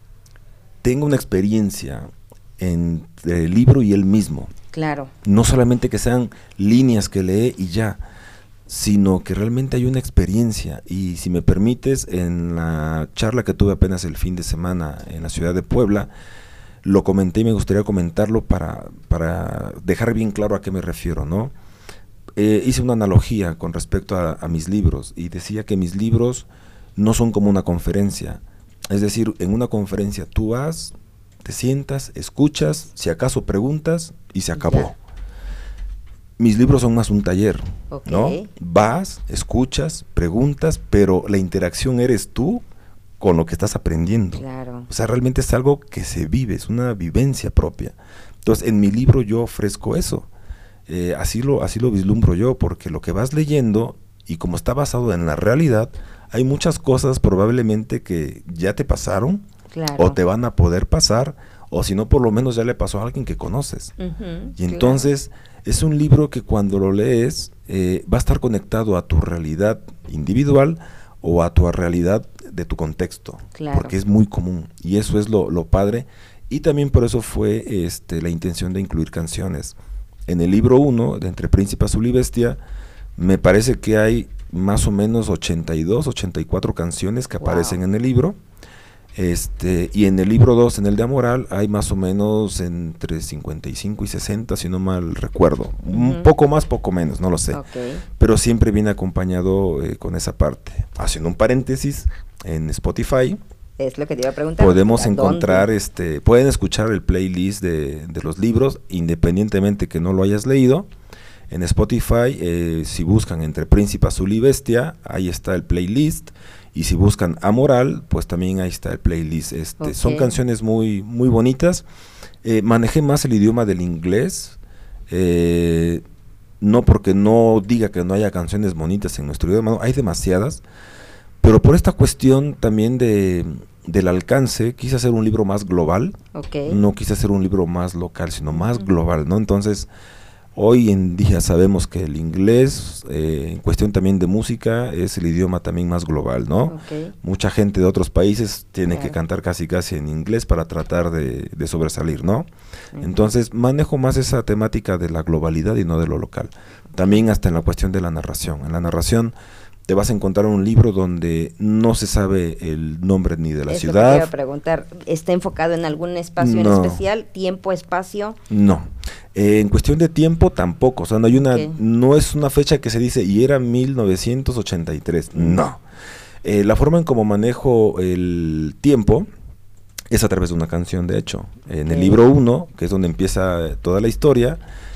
tenga una experiencia entre el libro y él mismo. Claro. No solamente que sean líneas que lee y ya, sino que realmente hay una experiencia. Y si me permites, en la charla que tuve apenas el fin de semana en la ciudad de Puebla, lo comenté y me gustaría comentarlo para, para dejar bien claro a qué me refiero, ¿no? Eh, hice una analogía con respecto a, a mis libros y decía que mis libros no son como una conferencia. Es decir, en una conferencia tú vas, te sientas, escuchas, si acaso preguntas y se acabó. Ya. Mis libros son más un taller, okay. ¿no? Vas, escuchas, preguntas, pero la interacción eres tú con lo que estás aprendiendo. Claro. O sea, realmente es algo que se vive, es una vivencia propia. Entonces, en mi libro yo ofrezco eso. Eh, así lo, así lo vislumbro yo, porque lo que vas leyendo, y como está basado en la realidad, hay muchas cosas probablemente que ya te pasaron, claro. o te van a poder pasar, o si no, por lo menos ya le pasó a alguien que conoces. Uh-huh, y entonces, claro. es un libro que cuando lo lees, eh, va a estar conectado a tu realidad individual o a tu realidad de tu contexto, claro. porque es muy común, y eso es lo, lo padre, y también por eso fue este, la intención de incluir canciones. En el libro uno, de Entre Príncipe Azul y Bestia, me parece que hay más o menos ochenta y dos, ochenta y cuatro canciones que wow. aparecen en el libro, este, y en el libro dos, en el de Amoral, hay más o menos entre cincuenta y cinco y sesenta, si no mal recuerdo, uh-huh. un poco más, poco menos, no lo sé, okay. pero siempre viene acompañado eh, con esa parte. Haciendo un paréntesis, en Spotify, es lo que te iba a preguntar, podemos encontrar, ¿dónde? este, pueden escuchar el playlist de, de los libros, independientemente que no lo hayas leído. En Spotify, eh, si buscan Entre Príncipe Azul y Bestia, ahí está el playlist. Y si buscan Amoral, pues también ahí está el playlist. Este, okay. Son canciones muy, muy bonitas. Eh, manejé más el idioma del inglés. Eh, no porque no diga que no haya canciones bonitas en nuestro idioma, no, hay demasiadas. Pero por esta cuestión también de, del alcance, quise hacer un libro más global. Okay. No quise hacer un libro más local, sino más uh-huh. global, ¿no? Entonces, hoy en día sabemos que el inglés, eh, en cuestión también de música, es el idioma también más global, ¿no? Okay. Mucha gente de otros países tiene claro. que cantar casi casi en inglés para tratar de, de sobresalir, ¿no? Uh-huh. Entonces, manejo más esa temática de la globalidad y no de lo local. También hasta en la cuestión de la narración. En la narración te vas a encontrar un libro donde no se sabe el nombre ni de la es ciudad. Lo que te iba a preguntar, ¿está enfocado en algún espacio no. en especial? ¿Tiempo, espacio? No. Eh, en cuestión de tiempo tampoco, o sea, no hay una, okay. no es una fecha que se dice y era mil novecientos ochenta y tres, no. Eh, la forma en cómo manejo el tiempo es a través de una canción, de hecho. En okay. el libro uno, que es donde empieza toda la historia,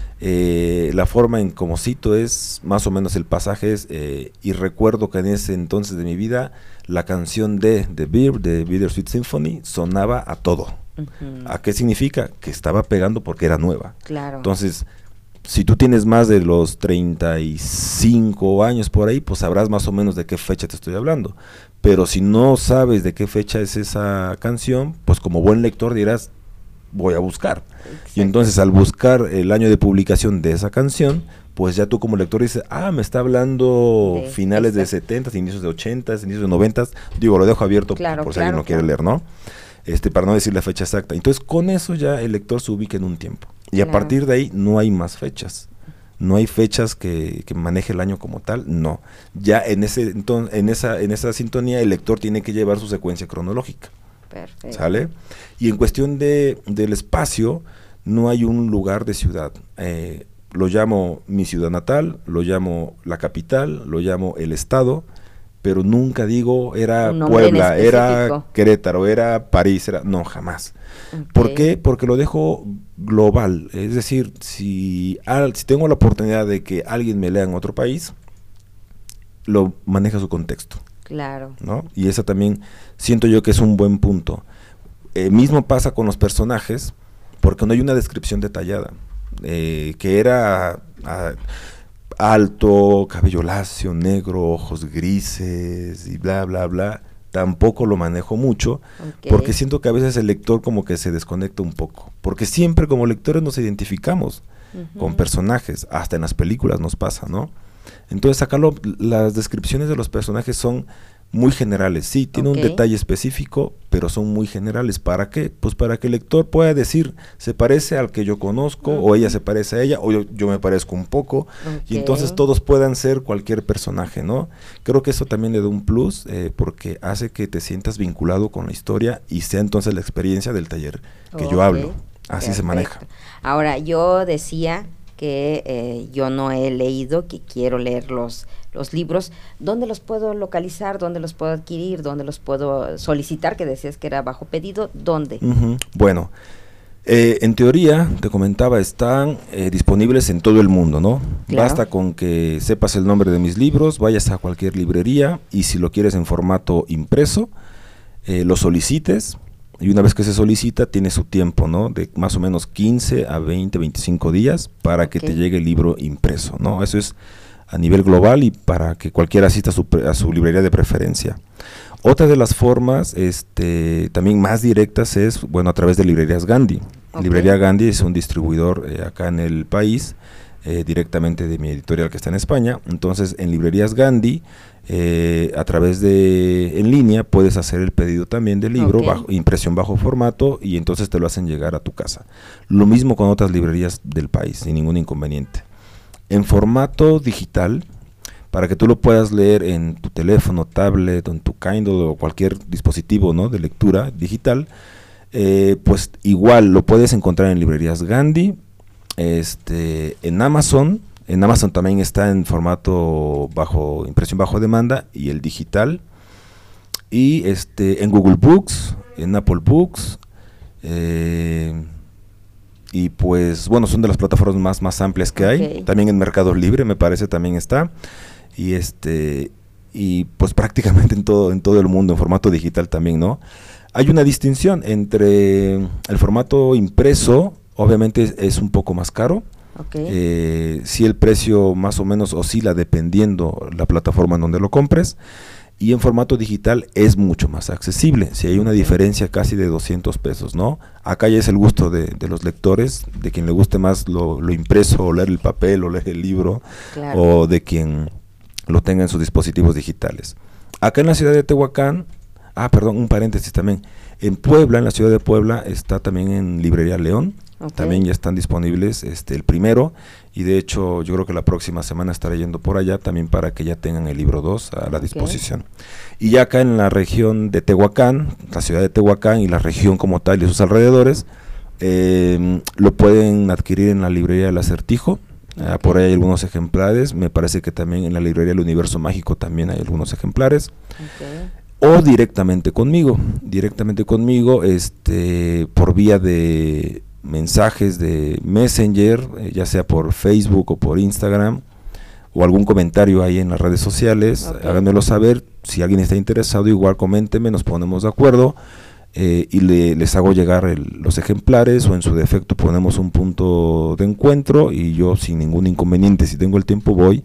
eh, la forma en cómo cito es más o menos el pasaje es, eh, y recuerdo que en ese entonces de mi vida la canción de The Beer, de Bittersweet Symphony, sonaba a todo. Uh-huh. ¿A qué significa? Que estaba pegando porque era nueva. Claro. Entonces, si tú tienes más de los treinta y cinco años por ahí, pues sabrás más o menos de qué fecha te estoy hablando. Pero si no sabes de qué fecha es esa canción, pues como buen lector dirás, voy a buscar. Exacto. Y entonces al buscar el año de publicación de esa canción, pues ya tú como lector dices, ah, me está hablando de, finales exacto. de setenta, inicios de ochenta, inicios de noventa, digo, lo dejo abierto claro, por si claro, alguien no claro. quiere leer, ¿no? Este, para no decir la fecha exacta. Entonces con eso ya el lector se ubica en un tiempo. Y claro. a partir de ahí no hay más fechas. No hay fechas que, que maneje el año como tal, no. Ya en ese entonces, en esa, en esa sintonía el lector tiene que llevar su secuencia cronológica. Perfecto. ¿Sale? Y en cuestión de, del espacio, no hay un lugar de ciudad. Eh, lo llamo mi ciudad natal, lo llamo la capital, lo llamo el estado, pero nunca digo era Puebla, era Querétaro, era París, era no, jamás. Okay. ¿Por qué? Porque lo dejo global, es decir, si, al, si tengo la oportunidad de que alguien me lea en otro país, lo maneja su contexto. Claro. ¿No? Y esa también siento yo que es un buen punto. Eh, mismo pasa con los personajes, porque no hay una descripción detallada, eh, que era... A, alto, cabello lacio, negro, ojos grises y bla, bla, bla, tampoco lo manejo mucho, okay. porque siento que a veces el lector como que se desconecta un poco, porque siempre como lectores nos identificamos uh-huh. con personajes, hasta en las películas nos pasa, ¿no? Entonces acá lo, las descripciones de los personajes son muy generales, sí, tiene okay. un detalle específico, pero son muy generales. ¿Para qué? Pues para que el lector pueda decir, se parece al que yo conozco, uh-huh. o ella se parece a ella, o yo, yo me parezco un poco, okay. y entonces todos puedan ser cualquier personaje, ¿no? Creo que eso también le da un plus, eh, porque hace que te sientas vinculado con la historia, y sea entonces la experiencia del taller que okay. yo hablo. Así Perfecto. Se maneja. Ahora, yo decía que eh, yo no he leído, que quiero leer los, los libros. ¿Dónde los puedo localizar? ¿Dónde los puedo adquirir? ¿Dónde los puedo solicitar? Que decías que era bajo pedido. ¿Dónde? Uh-huh. Bueno, eh, en teoría, te comentaba, están eh, disponibles en todo el mundo, ¿no? Claro. Basta con que sepas el nombre de mis libros, vayas a cualquier librería, y si lo quieres en formato impreso, eh, lo solicites. Y una vez que se solicita, tiene su tiempo, ¿no? De más o menos quince a veinte, veinticinco días para que okay. te llegue el libro impreso, ¿no? Eso es a nivel global y para que cualquiera asista a su, a su librería de preferencia. Otra de las formas, este, también más directas es, bueno, a través de Librerías Gandhi. Okay. Librería Gandhi es un distribuidor eh, acá en el país, eh, directamente de mi editorial que está en España. Entonces, en Librerías Gandhi, Eh, a través de en línea puedes hacer el pedido también del libro, okay. bajo, impresión bajo formato, y entonces te lo hacen llegar a tu casa. Lo mismo con otras librerías del país, sin ningún inconveniente. En formato digital, para que tú lo puedas leer en tu teléfono, tablet, en tu Kindle o cualquier dispositivo, ¿no?, de lectura digital, eh, pues igual lo puedes encontrar en Librerías Gandhi, este, en Amazon. En Amazon también está en formato bajo impresión bajo demanda y el digital, y este en Google Books, en Apple Books, eh, y pues bueno, son de las plataformas más, más amplias que hay. Okay. También en Mercado Libre me parece también está, y este y pues prácticamente en todo en todo el mundo en formato digital también, ¿no? Hay una distinción entre el formato impreso, obviamente es, es un poco más caro. Okay. Eh, si el precio más o menos oscila dependiendo la plataforma en donde lo compres, y en formato digital es mucho más accesible, si hay una diferencia casi de doscientos pesos, ¿no? Acá ya es el gusto de, de los lectores, de quien le guste más lo, lo impreso, o leer el papel, o leer el libro, claro. o de quien lo tenga en sus dispositivos digitales. Acá en la ciudad de Tehuacán, ah, perdón, un paréntesis también, en Puebla, en la ciudad de Puebla, está también en Librería León. Okay. También ya están disponibles este el primero, y de hecho yo creo que la próxima semana estaré yendo por allá también para que ya tengan el libro dos a la okay. disposición. Y ya acá en la región de Tehuacán, la ciudad de Tehuacán y la región como tal y sus alrededores, eh, lo pueden adquirir en la librería del Acertijo. Okay. Ah, por ahí hay algunos ejemplares, me parece que también en la librería del Universo Mágico también hay algunos ejemplares. Okay. O directamente conmigo, directamente conmigo, este por vía de mensajes de Messenger, eh, ya sea por Facebook o por Instagram, o algún comentario ahí en las redes sociales. Okay. Háganmelo saber, si alguien está interesado, igual coméntenme, nos ponemos de acuerdo, eh, y le, les hago llegar el, los ejemplares, o en su defecto ponemos un punto de encuentro, y yo sin ningún inconveniente, si tengo el tiempo, voy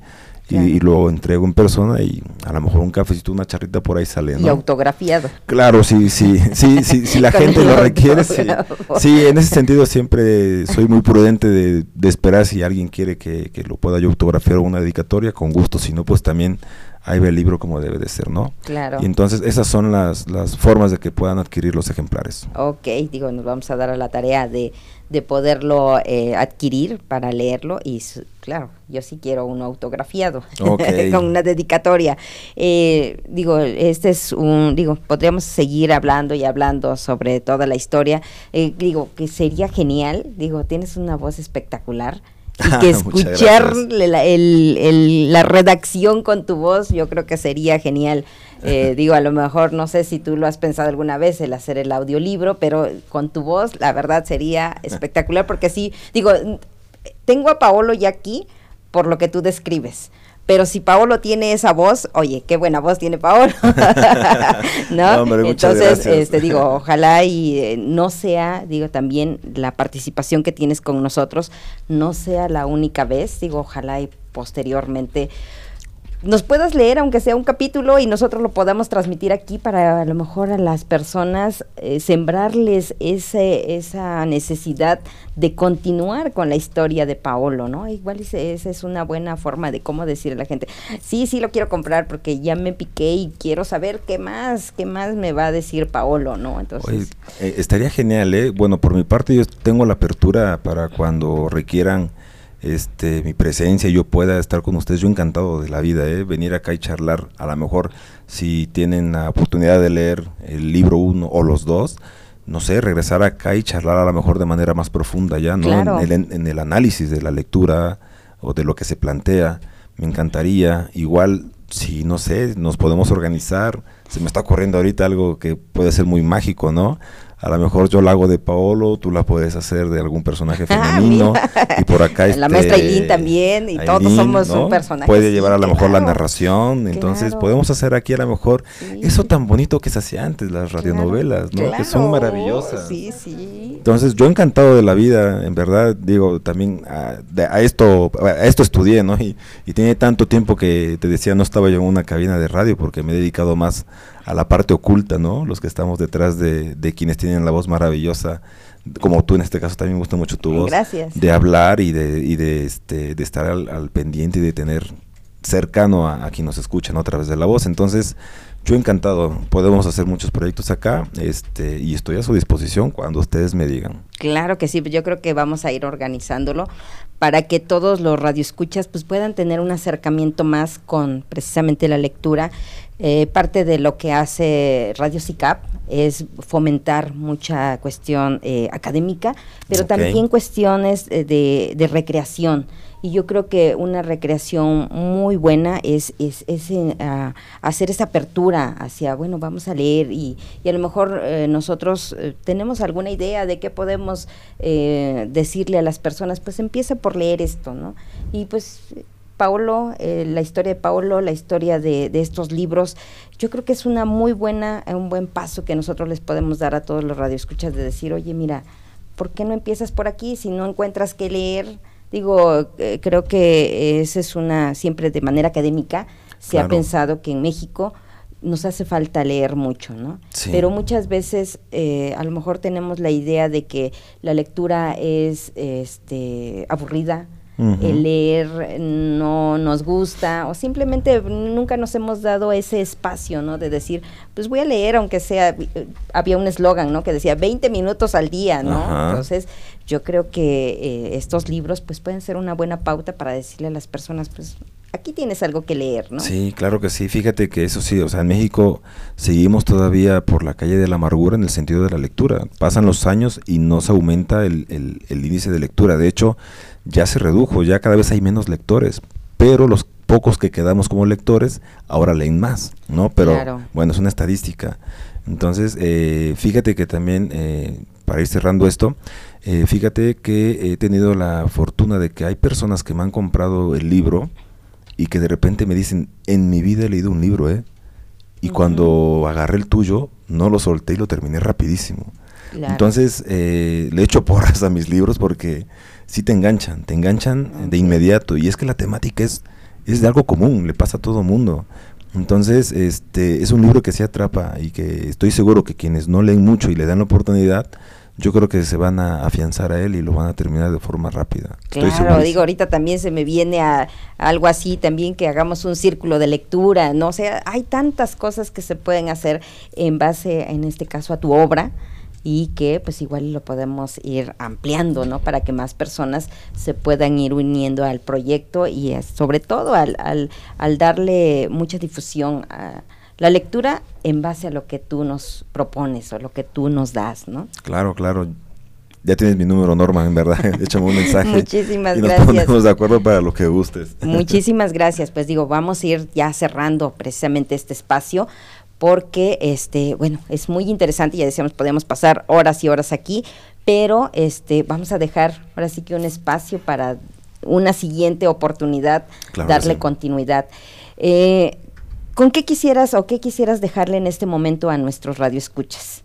Claro. Y, y lo entrego en persona y a lo mejor un cafecito, una charrita por ahí sale, ¿no? Y autografiado. Claro, sí, sí, sí, sí, si la gente lo requiere, sí. Sí, en ese sentido siempre soy muy prudente de, de esperar si alguien quiere que, que lo pueda yo autografiar o una dedicatoria, con gusto, si no, pues también ahí ve el libro como debe de ser, ¿no? Claro. Y entonces esas son las, las formas de que puedan adquirir los ejemplares. Ok, digo, nos vamos a dar a la tarea de, de poderlo eh, adquirir para leerlo y su, claro, yo sí quiero uno autografiado, okay. Con una dedicatoria. Eh, digo, este es un, digo, podríamos seguir hablando y hablando sobre toda la historia. Eh, digo, que sería genial, digo, tienes una voz espectacular. Y que escuchar la, el, el, la redacción con tu voz, yo creo que sería genial. Eh, digo, a lo mejor, no sé si tú lo has pensado alguna vez, el hacer el audiolibro, pero con tu voz, la verdad, sería espectacular, porque sí, digo, tengo a Paolo ya aquí por lo que tú describes. Pero si Paolo tiene esa voz, oye, qué buena voz tiene Paolo, ¿no? No, hombre, entonces, este, digo, ojalá y eh, no sea, digo, también la participación que tienes con nosotros no sea la única vez, digo, ojalá y posteriormente nos puedas leer, aunque sea un capítulo, y nosotros lo podamos transmitir aquí para a lo mejor a las personas eh, sembrarles ese, esa necesidad de continuar con la historia de Paolo, ¿no? Igual esa es una buena forma de cómo decirle a la gente, sí, sí lo quiero comprar porque ya me piqué y quiero saber qué más, qué más me va a decir Paolo, ¿no? Entonces, oye, eh, estaría genial, ¿eh? Bueno, por mi parte yo tengo la apertura para cuando requieran Este, mi presencia, yo pueda estar con ustedes, yo encantado de la vida, ¿eh? Venir acá y charlar, a lo mejor si tienen la oportunidad de leer el libro uno o los dos, no sé, regresar acá y charlar a lo mejor de manera más profunda ya, ¿no? Claro. En, el, en el análisis de la lectura o de lo que se plantea, me encantaría, igual si, no sé, nos podemos organizar, se me está ocurriendo ahorita algo que puede ser muy mágico, ¿no? A lo mejor yo la hago de Paolo, tú la puedes hacer de algún personaje femenino, y por acá este, la maestra Ailín también, y Ailín, todos somos ¿no? un personaje. Puede llevar a lo mejor claro, la narración, entonces claro. podemos hacer aquí a lo mejor sí. eso tan bonito que se hacía antes, las radionovelas, claro, ¿no? Claro. Que son maravillosas. Sí, sí. Entonces yo encantado de la vida, en verdad, digo, también a, de, a esto a esto estudié, ¿no? Y, y tiene tanto tiempo que te decía, no estaba yo en una cabina de radio porque me he dedicado más a la parte oculta, ¿no? Los que estamos detrás de, de quienes tienen la voz maravillosa, como tú en este caso también me gusta mucho tu voz. Gracias. De hablar y de, y de, este, de estar al, al pendiente y de tener cercano a, a quien nos escucha, ¿no? A través de la voz. Entonces, yo encantado, podemos hacer muchos proyectos acá, este, y estoy a su disposición cuando ustedes me digan. Claro que sí, yo creo que vamos a ir organizándolo para que todos los radioescuchas pues puedan tener un acercamiento más con precisamente la lectura. Eh, parte de lo que hace Radio C I C A P es fomentar mucha cuestión eh, académica, pero okay. también cuestiones eh, de, de recreación. Y yo creo que una recreación muy buena es, es, es uh, hacer esa apertura hacia, bueno, vamos a leer y, y a lo mejor eh, nosotros eh, tenemos alguna idea de qué podemos eh, decirle a las personas, pues empieza por leer esto, ¿no? Y pues Paolo, eh, la historia de Paolo, la historia de, de estos libros, yo creo que es una muy buena, un buen paso que nosotros les podemos dar a todos los radioescuchas de decir, oye, mira, ¿por qué no empiezas por aquí si no encuentras qué leer? Digo, eh, creo que esa es una, siempre de manera académica, se claro. ha pensado que en México nos hace falta leer mucho, ¿no? Sí. Pero muchas veces eh, a lo mejor tenemos la idea de que la lectura es este, aburrida, uh-huh. el leer no nos gusta, o simplemente nunca nos hemos dado ese espacio, ¿no? De decir, pues voy a leer, aunque sea, había un eslogan, ¿no? Que decía veinte minutos al día, ¿no? Uh-huh. Entonces, yo creo que eh, estos libros, pues pueden ser una buena pauta para decirle a las personas, pues, aquí tienes algo que leer, ¿no? Sí, claro que sí, fíjate que eso sí, o sea, en México seguimos todavía por la calle de la amargura en el sentido de la lectura, pasan los años y no se aumenta el, el, el índice de lectura, de hecho, ya se redujo, ya cada vez hay menos lectores, pero los pocos que quedamos como lectores, ahora leen más, ¿no? Pero, claro. bueno, es una estadística, entonces, eh, fíjate que también, eh, para ir cerrando esto, eh, fíjate que he tenido la fortuna de que hay personas que me han comprado el libro, y que de repente me dicen, en mi vida he leído un libro, ¿eh? Y uh-huh. cuando agarré el tuyo, no lo solté y lo terminé rapidísimo. Claro. Entonces, eh, le echo porras a mis libros porque sí te enganchan, te enganchan okay. de inmediato. Y es que la temática es, es de algo común, le pasa a todo mundo. Entonces, este es un libro que se atrapa y que estoy seguro que quienes no leen mucho y le dan la oportunidad, yo creo que se van a afianzar a él y lo van a terminar de forma rápida. Claro, digo, ahorita también se me viene a, a algo así, también que hagamos un círculo de lectura, ¿no? O sea, hay tantas cosas que se pueden hacer en base, en este caso, a tu obra, y que pues igual lo podemos ir ampliando, ¿no? Para que más personas se puedan ir uniendo al proyecto y eh, sobre todo al, al, al darle mucha difusión a la lectura en base a lo que tú nos propones o lo que tú nos das, ¿no? Claro, claro. Ya tienes mi número, Norma, en verdad. Échame un mensaje. Muchísimas y nos gracias. ponemos de acuerdo para lo que gustes. Muchísimas gracias. Pues digo, vamos a ir ya cerrando precisamente este espacio porque, este, bueno, es muy interesante. Ya decíamos, podemos pasar horas y horas aquí, pero este, vamos a dejar ahora sí que un espacio para una siguiente oportunidad, claro, darle sí. continuidad. Eh, ¿Con qué quisieras o qué quisieras dejarle en este momento a nuestros radioescuchas?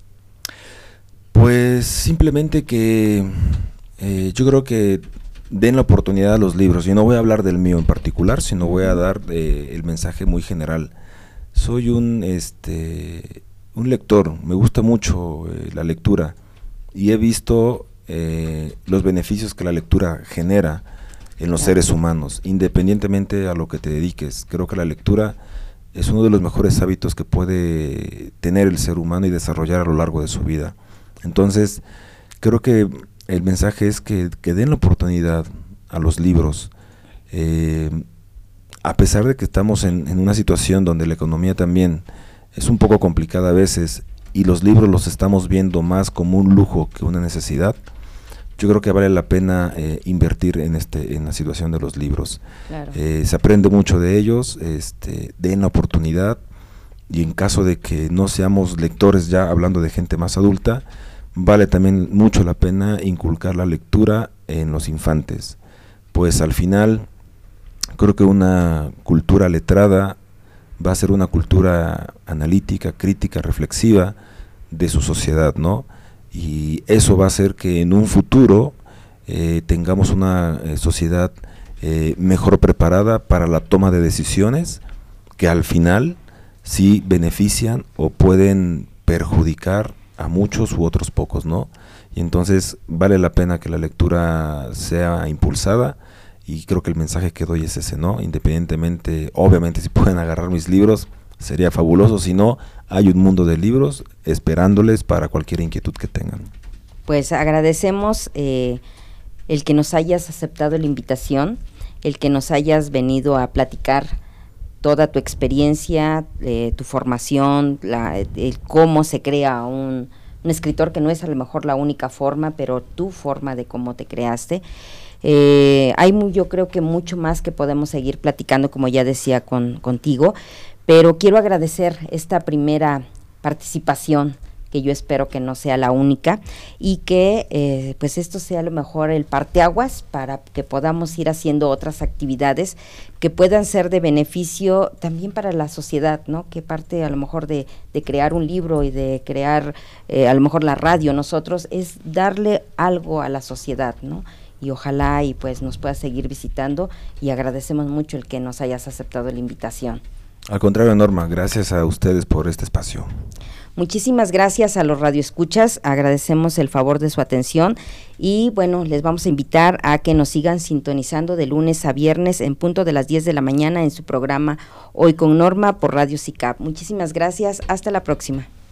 Pues simplemente que eh, yo creo que den la oportunidad a los libros. Y no voy a hablar del mío en particular, sino voy a dar eh, el mensaje muy general. Soy un este un lector, me gusta mucho eh, la lectura y he visto eh, los beneficios que la lectura genera en los seres humanos, independientemente a lo que te dediques. Creo que la lectura es uno de los mejores hábitos que puede tener el ser humano y desarrollar a lo largo de su vida. Entonces, creo que el mensaje es que, que den la oportunidad a los libros, eh, a pesar de que estamos en, en una situación donde la economía también es un poco complicada a veces, y los libros los estamos viendo más como un lujo que una necesidad. Yo creo que vale la pena eh, invertir en este en la situación de los libros. Claro. Eh, se aprende mucho de ellos, este, den la oportunidad, y en caso de que no seamos lectores, ya hablando de gente más adulta, vale también mucho la pena inculcar la lectura en los infantes, pues al final creo que una cultura letrada va a ser una cultura analítica, crítica, reflexiva de su sociedad, ¿no? Y eso va a hacer que en un futuro eh, tengamos una eh, sociedad eh, mejor preparada para la toma de decisiones que al final sí benefician o pueden perjudicar a muchos u otros pocos, ¿no? Y entonces vale la pena que la lectura sea impulsada, y creo que el mensaje que doy es ese, ¿no? Independientemente, obviamente si pueden agarrar mis libros, sería fabuloso. Si no, hay un mundo de libros esperándoles para cualquier inquietud que tengan. Pues agradecemos eh, el que nos hayas aceptado la invitación, el que nos hayas venido a platicar toda tu experiencia, eh, tu formación, la, el cómo se crea un, un escritor, que no es a lo mejor la única forma, pero tu forma de cómo te creaste. Eh, hay muy, yo creo que mucho más que podemos seguir platicando, como ya decía con, contigo, pero quiero agradecer esta primera participación, que yo espero que no sea la única, y que eh, pues esto sea a lo mejor el parteaguas para que podamos ir haciendo otras actividades que puedan ser de beneficio también para la sociedad, ¿no? Que parte a lo mejor de, de crear un libro y de crear eh, a lo mejor la radio, nosotros, es darle algo a la sociedad, ¿no? Y ojalá y pues nos puedas seguir visitando, y agradecemos mucho el que nos hayas aceptado la invitación. Al contrario, Norma, gracias a ustedes por este espacio. Muchísimas gracias a los radioescuchas, agradecemos el favor de su atención, y bueno, les vamos a invitar a que nos sigan sintonizando de lunes a viernes en punto de las diez de la mañana en su programa Hoy con Norma por Radio SICAP. Muchísimas gracias, hasta la próxima.